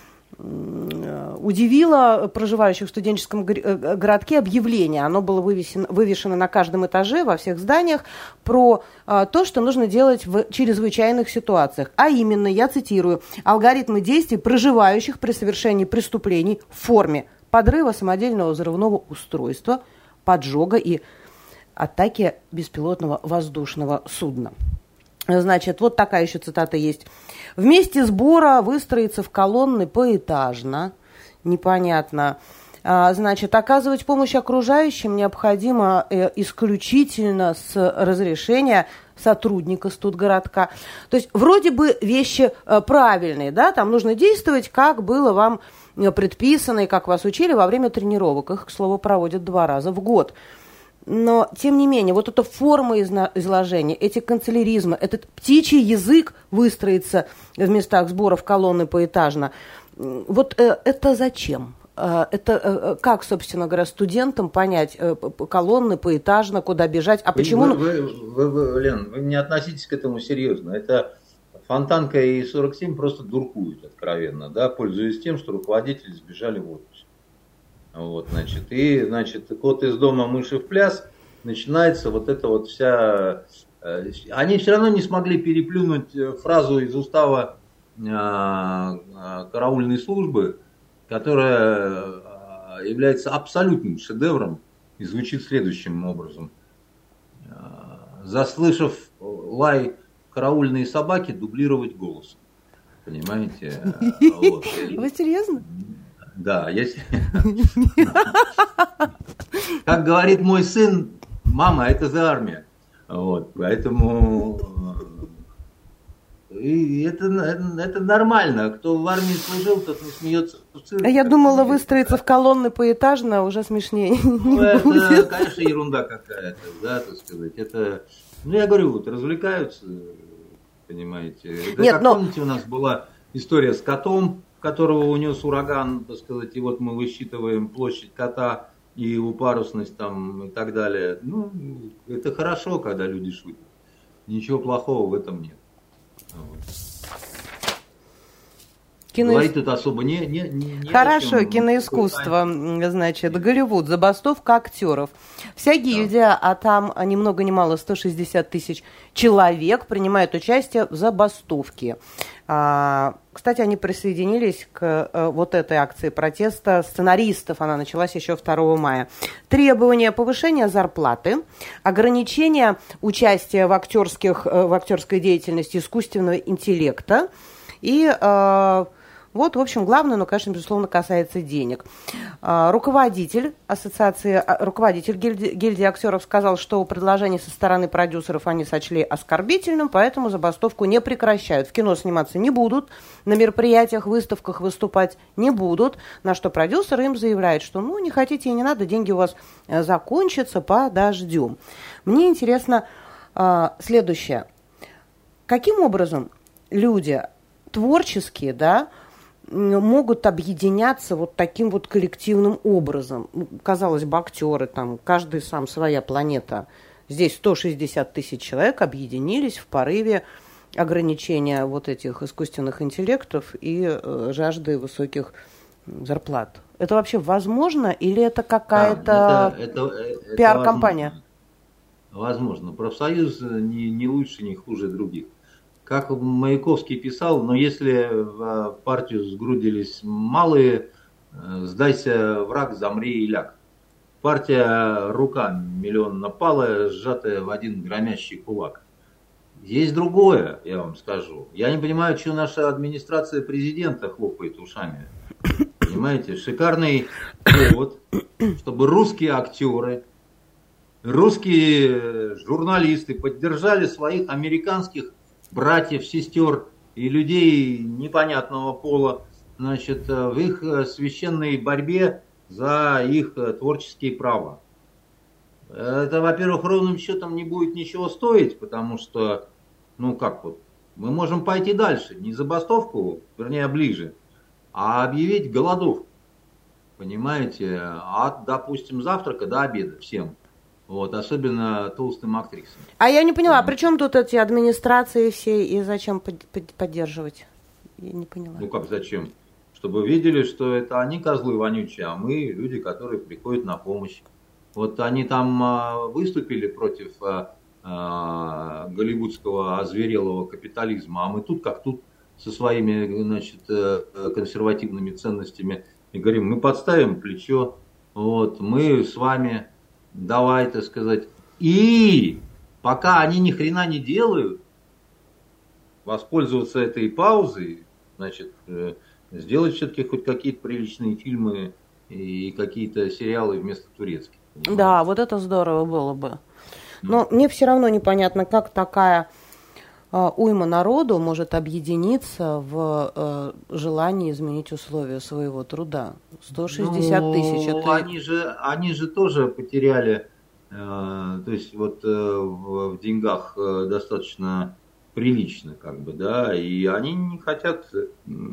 э, удивило проживающих в студенческом городке объявление. Оно было вывесено, вывешено на каждом этаже, во всех зданиях, про э, то, что нужно делать в чрезвычайных ситуациях. А именно, я цитирую, алгоритмы действий проживающих при совершении преступлений в форме подрыва самодельного взрывного устройства, поджога и атаки беспилотного воздушного судна. Значит, вот такая еще цитата есть. В месте сбора выстроиться в колонны поэтажно. Непонятно. А, значит, оказывать помощь окружающим необходимо э, исключительно с разрешения сотрудника студгородка. То есть вроде бы вещи э, правильные, да, там нужно действовать, как было вам предписано и как вас учили во время тренировок. Их, к слову, проводят два раза в год. Но, тем не менее, вот эта форма изложения, эти канцеляризмы, этот птичий язык выстроится в местах сборов колонны поэтажно, вот э, это зачем? Э, это э, как, собственно говоря, студентам понять э, колонны поэтажно, куда бежать? А почему... Вы, вы, вы, вы, Лен, вы не относитесь к этому серьезно. Это Фонтанка и сорок семь просто дуркуют откровенно, да, пользуясь тем, что руководители сбежали в отпуск. Вот, значит, и, значит, кот из дома, мыши в пляс, начинается вот эта вот вся... Они все равно не смогли переплюнуть фразу из устава караульной службы, которая является абсолютным шедевром и звучит следующим образом. Заслышав лай караульной собаки, дублировать голосом. Понимаете? Вы серьезно? Да, если... Как говорит мой сын, мама, это за армия. Вот, поэтому... И это, это нормально. Кто в армии служил, тот не смеется в цирке. А я думала, выстроиться в колонны поэтажно уже смешнее. Ну, это, конечно, ерунда какая-то, да, так сказать. Это, ну, я говорю, вот развлекаются, понимаете. Это, Нет, как но... помните, у нас была история с котом, которого унес ураган, так сказать, и вот мы высчитываем площадь кота и его парусность там и так далее. Ну, это хорошо, когда люди шутят. Ничего плохого в этом нет. Вот. Кино... Говорить тут особо не, не, не, не Хорошо, чем... киноискусство, значит, Голливуд, забастовка актеров. Вся гильдия, да. А там ни много ни мало сто шестьдесят тысяч человек принимают участие в забастовке. А, кстати, они присоединились к а, вот этой акции протеста сценаристов. Она началась еще второго мая. Требования повышения зарплаты, ограничения участия в, актерских, в актерской деятельности искусственного интеллекта и... А, Вот, в общем, главное, но, конечно, безусловно, касается денег. Руководитель ассоциации, руководитель гильдии, гильдии актеров сказал, что предложение со стороны продюсеров они сочли оскорбительным, поэтому забастовку не прекращают. В кино сниматься не будут, на мероприятиях, выставках выступать не будут, на что продюсеры им заявляют, что, ну, не хотите и не надо, деньги у вас закончатся, подождем. Мне интересно а, следующее. Каким образом люди творческие, да, могут объединяться вот таким вот коллективным образом? Казалось бы, актеры, там, каждый сам своя планета. Здесь сто шестьдесят тысяч человек объединились в порыве ограничения вот этих искусственных интеллектов и э, жажды высоких зарплат. Это вообще возможно или это какая-то да, это, это, пиар-компания? Возможно. возможно. Профсоюз не, не лучше, не хуже других. Как Маяковский писал, но если в партию сгрудились малые, сдайся, враг, замри и ляг. Партия рука миллионнопалая, сжатая в один громящий кулак. Есть другое, я вам скажу. Я не понимаю, что наша администрация президента хлопает ушами. Понимаете, шикарный повод, чтобы русские актеры, русские журналисты поддержали своих американских братьев, сестер и людей непонятного пола, значит, в их священной борьбе за их творческие права. Это, во-первых, ровным счетом не будет ничего стоить, потому что, ну как вот, мы можем пойти дальше, не забастовку, вернее, ближе, а объявить голодовку, понимаете, от, допустим, завтрака до обеда всем. Вот, особенно толстым актрисам. А я не поняла, а при чем тут эти администрации все и зачем под, под, поддерживать? Я не поняла. Ну как зачем? Чтобы видели, что это они козлы вонючие, а мы люди, которые приходят на помощь. Вот они там а, выступили против а, а, голливудского озверелого капитализма, а мы тут как тут со своими, значит, консервативными ценностями и говорим, мы подставим плечо, вот, мы с вами... Давай, так сказать. И пока они ни хрена не делают, воспользоваться этой паузой, значит, сделать все-таки хоть какие-то приличные фильмы и какие-то сериалы вместо турецких. Да, вот это здорово было бы. Но mm. мне все равно непонятно, как такая э, уйма народу может объединиться в э, желании изменить условия своего труда. сто шестьдесят ну, тысяч. Это... Они же, они же тоже потеряли, э, то есть вот э, в, в деньгах э, достаточно прилично, как бы, да, и они не хотят э,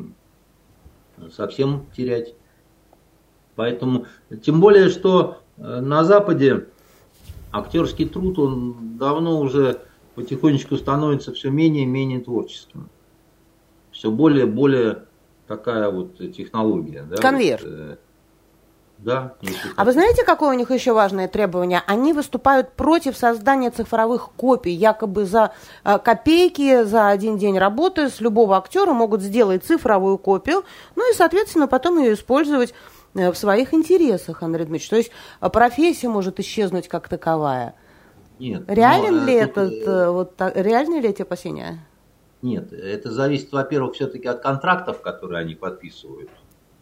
совсем терять. Поэтому, тем более, что э, на Западе актерский труд, он давно уже потихонечку становится все менее и менее творческим. Все более и более такая вот технология. Да, конвейер. Вот, э, да. А вы знаете, какое у них еще важное требование? Они выступают против создания цифровых копий. Якобы за э, копейки, за один день работы с любого актера могут сделать цифровую копию, ну и, соответственно, потом ее использовать в своих интересах, Андрей Дмитриевич. То есть профессия может исчезнуть как таковая. Нет. Реален но, ли тут, этот, вот, реальны ли эти опасения? Нет, это зависит, во-первых, все-таки от контрактов, которые они подписывают.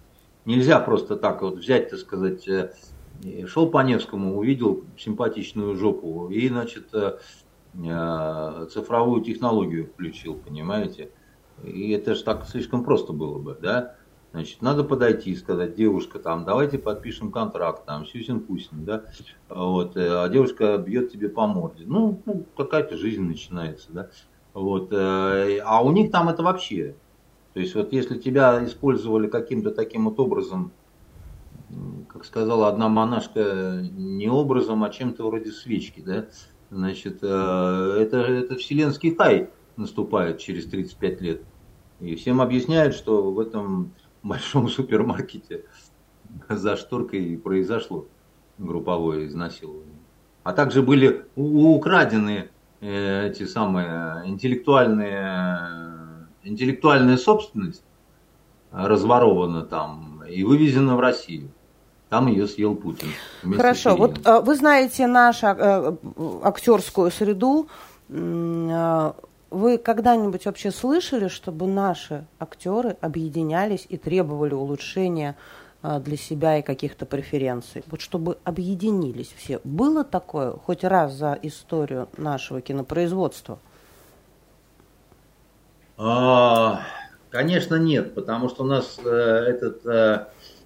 Нельзя просто так вот взять, так сказать, шел по Невскому, увидел симпатичную жопу и, значит, цифровую технологию включил, понимаете? И это же так слишком просто было бы, да? Значит, надо подойти и сказать: девушка, там, давайте подпишем контракт, там, сюсин-пусин, да? Вот, а девушка бьет тебе по морде. Ну, ну какая-то жизнь начинается, да? Вот, а у них там это вообще. То есть, вот если тебя использовали каким-то таким вот образом, как сказала одна монашка, не образом, а чем-то вроде свечки, да? Значит, это, это вселенский хай наступает через тридцать пять лет. И всем объясняют, что в этом большом супермаркете за шторкой произошло групповое изнасилование. А также были украдены эти самые интеллектуальные, интеллектуальная собственность, разворована там и вывезена в Россию. Там ее съел Путин. Хорошо, вот а, вы знаете нашу а, актерскую среду. А, вы когда-нибудь вообще слышали, чтобы наши актеры объединялись и требовали улучшения а, для себя и каких-то преференций? Вот чтобы объединились все. Было такое хоть раз за историю нашего кинопроизводства? А, конечно, нет, потому что у нас э, этот... Э,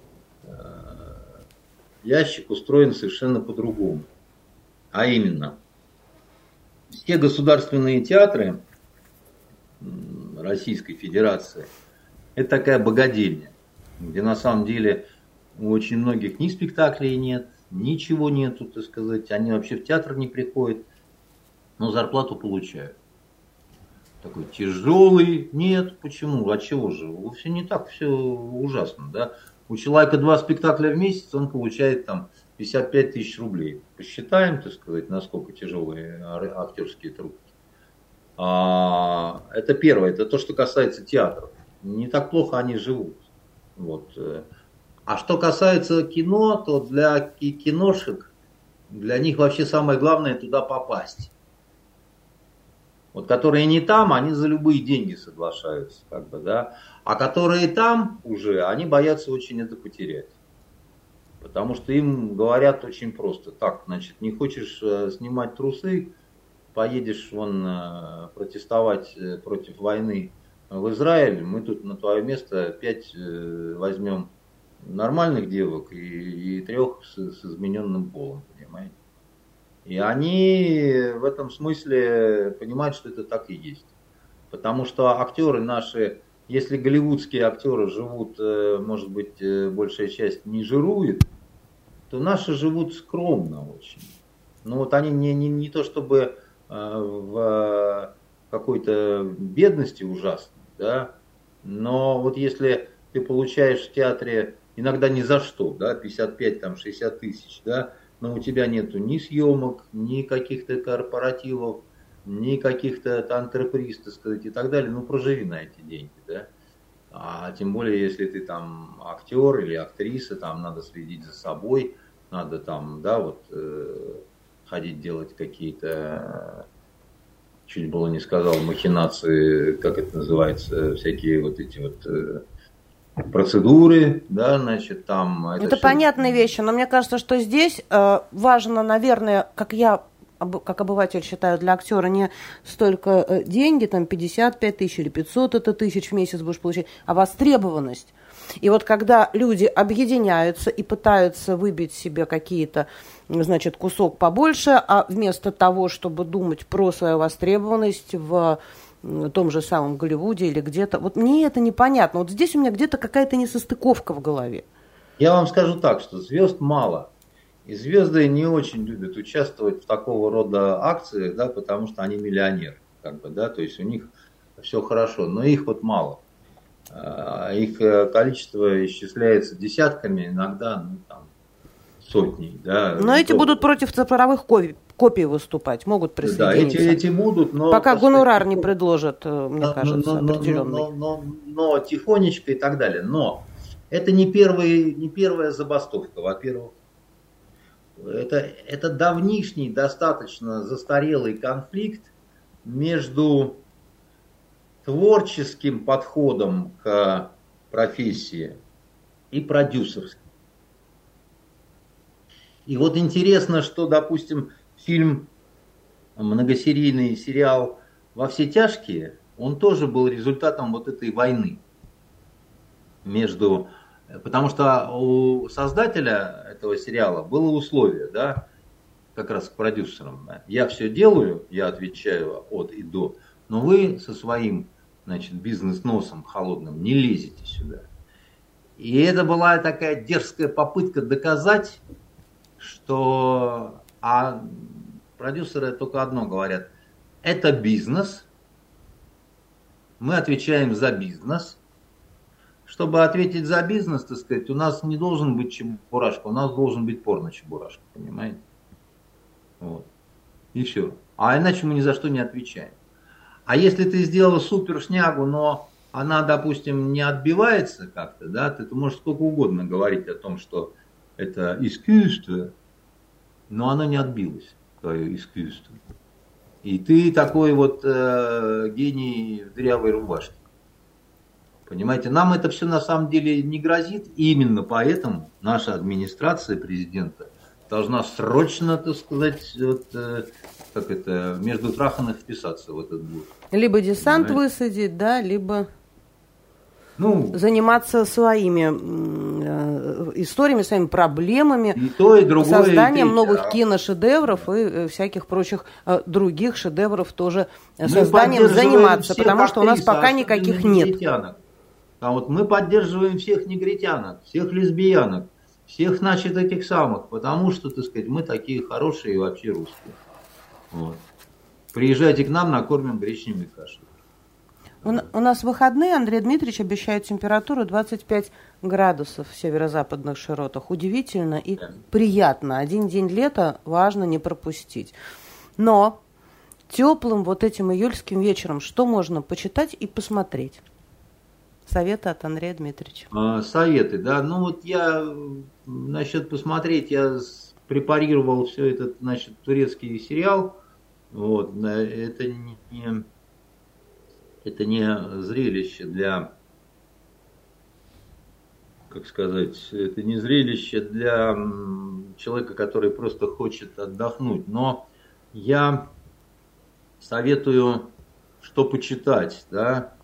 ящик устроен совершенно по-другому. А именно, все государственные театры Российской Федерации – это такая богадельня, где на самом деле у очень многих ни спектаклей нет, ничего нету, так сказать, они вообще в театр не приходят, но зарплату получают. Такой тяжелый, нет, почему, от чего же, все не так, все ужасно, да. У человека два спектакля в месяц, он получает там пятьдесят пять тысяч рублей. Посчитаем, так сказать, насколько тяжелые актерские трудности. А, это первое, это то, что касается театров. Не так плохо они живут. Вот. А что касается кино, то для киношек, для них вообще самое главное туда попасть. Вот которые не там, они за любые деньги соглашаются, как бы, да. А которые там уже, они боятся очень это потерять. Потому что им говорят очень просто: так, значит, не хочешь снимать трусы, поедешь вон протестовать против войны в Израиль, мы тут на твое место пять возьмем нормальных девок и, и трех с, с измененным полом, понимаете. И они в этом смысле понимают, что это так и есть. Потому что актеры наши, если голливудские актеры живут, может быть, большая часть не жирует, то наши живут скромно очень. Ну вот они не, не, не то чтобы в какой-то бедности ужасной, да, но вот если ты получаешь в театре иногда ни за что, да, пятьдесят пять, там, шестьдесят тысяч, да, но у тебя нету ни съемок, ни каких-то корпоративов, ни каких-то антреприз, так сказать, и так далее, ну проживи на эти деньги, да. А тем более, если ты там актер или актриса, там надо следить за собой, надо там, да, вот э, ходить делать какие-то, чуть было не сказал, махинации, как это называется, всякие вот эти вот э, процедуры, да, значит, там... Это, это все... понятные вещи, но мне кажется, что здесь э, важно, наверное, как я, об, как обыватель считаю, для актера не столько э, деньги, там пятьдесят пять тысяч или пятьсот это тысяч в месяц будешь получать, а востребованность. И вот когда люди объединяются и пытаются выбить себе какие-то, значит, кусок побольше, а вместо того, чтобы думать про свою востребованность в том же самом Голливуде или где-то, вот мне это непонятно. Вот здесь у меня где-то какая-то несостыковка в голове. Я вам скажу так, что звезд мало. И звезды не очень любят участвовать в такого рода акциях, да, потому что они миллионеры, как бы, да, то есть у них все хорошо, но их вот мало. Их количество исчисляется десятками, иногда, ну, там, сотней, да. Но эти будут против цифровых копий, копий выступать, могут присоединиться. Да, эти, эти будут, но... Пока гонорар не предложат, мне но, кажется, но, определенный. Но, но, но, но тихонечко и так далее. Но это не, первый, не первая забастовка, во-первых. Это, это давнишний, достаточно застарелый конфликт между творческим подходом к профессии и продюсерский. И вот интересно, что, допустим, фильм, многосерийный сериал «Во все тяжкие», он тоже был результатом вот этой войны между... Потому что у создателя этого сериала было условие, да, как раз к продюсерам. Я все делаю, я отвечаю от и до, но вы со своим, значит, бизнес-носом холодным не лезете сюда. И это была такая дерзкая попытка доказать, что... А продюсеры только одно говорят: это бизнес, мы отвечаем за бизнес. Чтобы ответить за бизнес, так сказать, у нас не должен быть Чебурашка, у нас должен быть порно-Чебурашка, понимаете? Вот. И все. А иначе мы ни за что не отвечаем. А если ты сделала супер шнягу, но она, допустим, не отбивается как-то, да, ты, ты можешь сколько угодно говорить о том, что это искусство, но оно не отбилось, твое искусство. И ты такой вот э, гений в дырявой рубашке. Понимаете, нам это все на самом деле не грозит. И именно поэтому наша администрация президента должна срочно, так сказать, вот, э, как это, между траханных вписаться в этот блок. Либо десант Понимаете? Высадить, да, либо ну, заниматься своими э, историями, своими проблемами, и то, и другое, созданием и новых а... киношедевров и э, всяких прочих э, других шедевров тоже мы созданием заниматься, потому что у нас пока никаких нет. А вот мы поддерживаем всех негритянок, всех лесбиянок, всех, значит, этих самых, потому что, так сказать, мы такие хорошие и вообще русские. Вот. Приезжайте к нам, накормим гречневой кашей. У, у нас выходные, Андрей Дмитриевич обещает температуру двадцать пять градусов в северо-западных широтах. Удивительно и да. приятно. Один день лета важно не пропустить. Но теплым вот этим июльским вечером что можно почитать и посмотреть? Советы от Андрея Дмитриевича. А, советы, да. Ну вот я насчет посмотреть, я препарировал все этот, значит, турецкий сериал. Вот, это не, это не зрелище для, как сказать, это не зрелище для человека, который просто хочет отдохнуть. Но я советую, что почитать, да.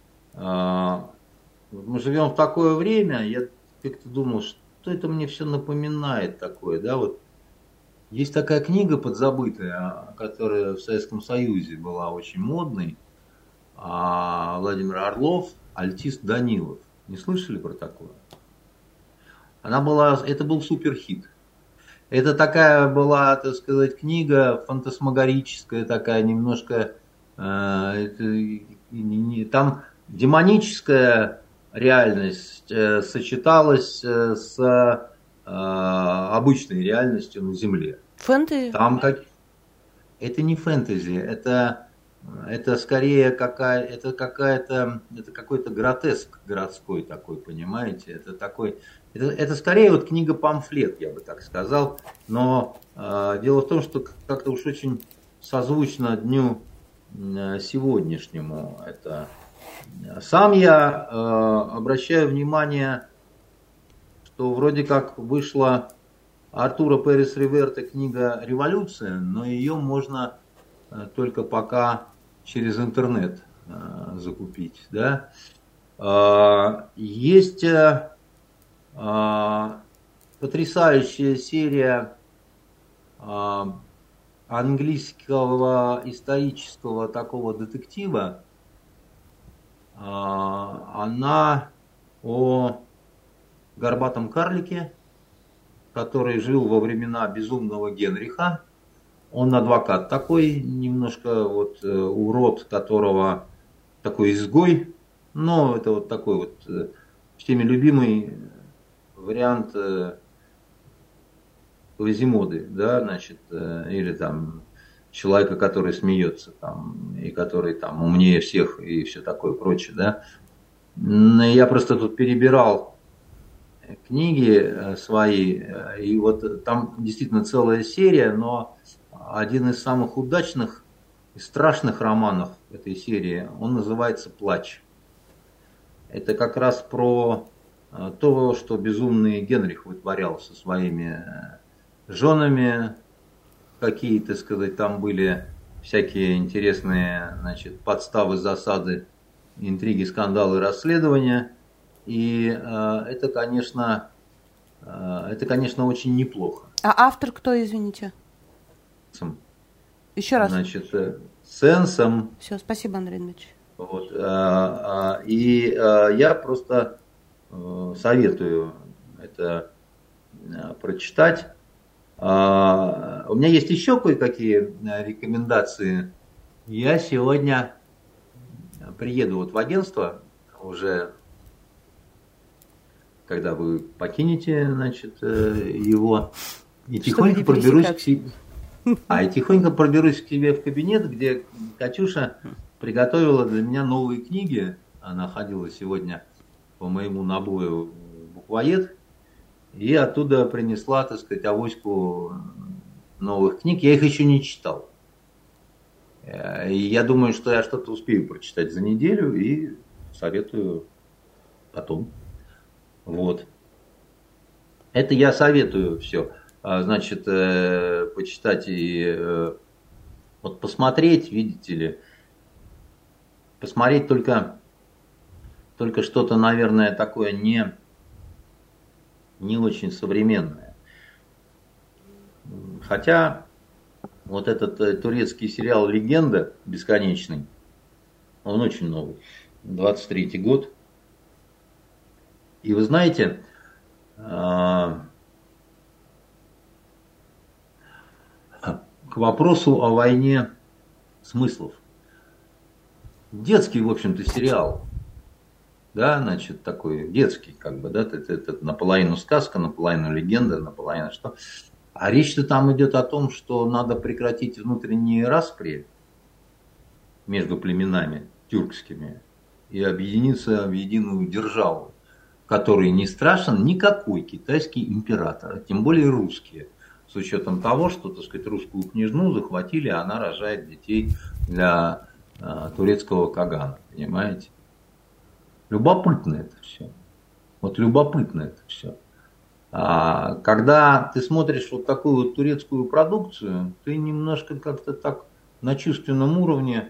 Мы живем в такое время, я как-то думал, что это мне все напоминает такое, да, вот. Есть такая книга подзабытая, которая в Советском Союзе была очень модной, Владимир Орлов, альтист Данилов. Не слышали про такое? Она была, это был суперхит. Это такая была, так сказать, книга фантасмагорическая, такая немножко, э, это, там демоническая реальность э, сочеталась э, с э, обычной реальностью на Земле. Фэнтези? Там как... Это не фэнтези, это, это скорее какая, это какая-то, это какой-то гротеск городской такой, понимаете? Это такой, это, это скорее вот книга-памфлет, я бы так сказал. Но э, дело в том, что как-то уж очень созвучно дню э, сегодняшнему это. Сам я э, обращаю внимание, что вроде как вышла Артура Перес Реверте книга «Революция», но ее можно э, только пока через интернет э, закупить. Да? Э, есть э, э, потрясающая серия э, английского исторического такого детектива. Она о горбатом карлике, который жил во времена безумного Генриха. Он адвокат такой, немножко вот урод, которого такой изгой. Но это вот такой вот всеми любимый вариант Квазимоды, да, значит, или там человека, который смеется там, и который там умнее всех и все такое прочее, да. Я просто тут перебирал книги свои, и вот там действительно целая серия, но один из самых удачных и страшных романов этой серии, он называется «Плач». Это как раз про то, что безумный Генрих вытворял со своими женами, какие, так сказать, там были всякие интересные, значит, подставы, засады, интриги, скандалы, расследования. И э, это, конечно, э, это, конечно, очень неплохо. А автор кто, извините? Еще раз. Значит, сенсом. Все, спасибо, Андрей Дмитриевич. Вот, э, э, и э, я просто э, советую это э, прочитать. Э, у меня есть еще кое-какие рекомендации. Я сегодня приеду вот в агентство уже, когда вы покинете, значит, его, и тихонько проберусь к себе. А, и тихонько проберусь к себе в кабинет, где Катюша приготовила для меня новые книги. Она ходила сегодня по моему набою в буквоед, и оттуда принесла, так сказать, авоську новых книг. Я их еще не читал. И я думаю, что я что-то успею прочитать за неделю и советую потом. Вот. Это я советую все. Значит, почитать и вот посмотреть, видите ли, посмотреть только, только что-то, наверное, такое не, не очень современное. Хотя вот этот турецкий сериал «Легенда» бесконечный, он очень новый, двадцать третий год. И вы знаете, к вопросу о войне смыслов. Детский, в общем-то, сериал. Да, значит, такой детский, как бы, да, это, это наполовину сказка, наполовину легенда, наполовину что. А речь-то там идет о том, что надо прекратить внутренние распри между племенами тюркскими и объединиться в единую державу, которой не страшен никакой китайский император, тем более русские. С учетом того, что, так сказать, русскую княжну захватили, а она рожает детей для а, турецкого кагана, понимаете? Любопытно это все. Вот любопытно это все. А, когда ты смотришь вот такую вот турецкую продукцию, ты немножко как-то так на чувственном уровне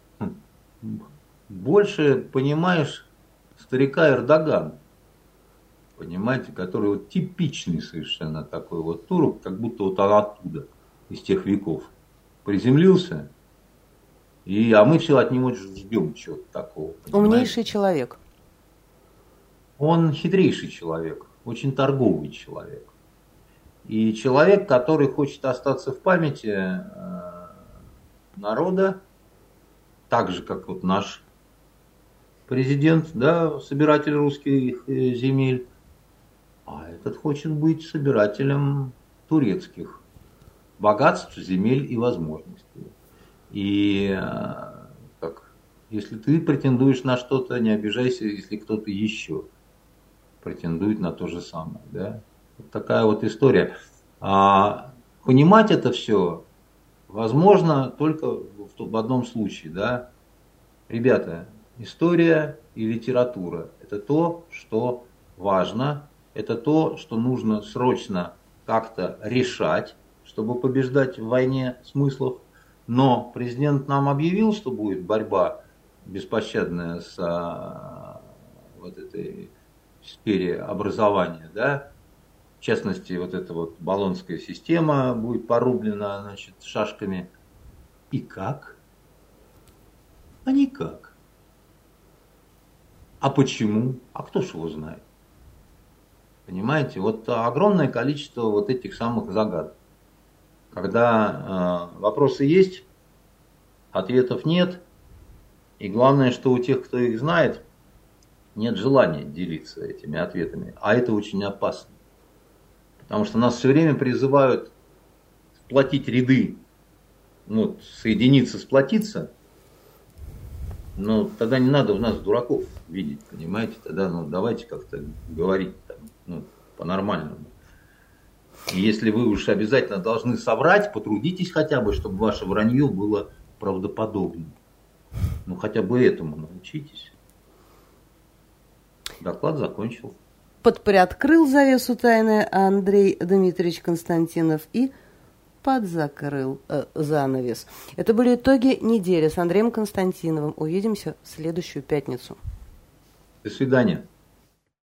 больше понимаешь старика Эрдогана. Понимаете, который вот типичный совершенно такой вот турок, как будто вот он оттуда, из тех веков, приземлился, и, а мы все от него ждем чего-то такого. Понимаете? Умнейший человек. Он хитрейший человек, очень торговый человек. И человек, который хочет остаться в памяти народа, так же, как вот наш президент, да, собиратель русских земель, а этот хочет быть собирателем турецких богатств, земель и возможностей. И как, если ты претендуешь на что-то, не обижайся, если кто-то еще претендует на то же самое. Да? Вот такая вот история. А понимать это все возможно только в, в одном случае. Да? Ребята, история и литература – это то, что важно. Это то, что нужно срочно как-то решать, чтобы побеждать в войне смыслов. Но президент нам объявил, что будет борьба беспощадная с а, вот этой сфере образования, да? В частности, вот эта вот болонская система будет порублена, значит, шашками. И как? А никак. А почему? А кто ж его знает? Понимаете, вот огромное количество вот этих самых загадок. Когда э, вопросы есть, ответов нет, и главное, что у тех, кто их знает, нет желания делиться этими ответами. А это очень опасно. Потому что нас все время призывают сплотить ряды, ну, соединиться, сплотиться. Но тогда не надо в нас дураков видеть, понимаете? Тогда ну, давайте как-то говорить там, ну, по-нормальному. И если вы уж обязательно должны соврать, потрудитесь хотя бы, чтобы ваше вранье было правдоподобным. Ну хотя бы этому научитесь. Доклад закончил. подприоткрыл завесу тайны Андрей Дмитриевич Константинов и подзакрыл э, занавес. Это были итоги недели с Андреем Константиновым. Увидимся в следующую пятницу. До свидания.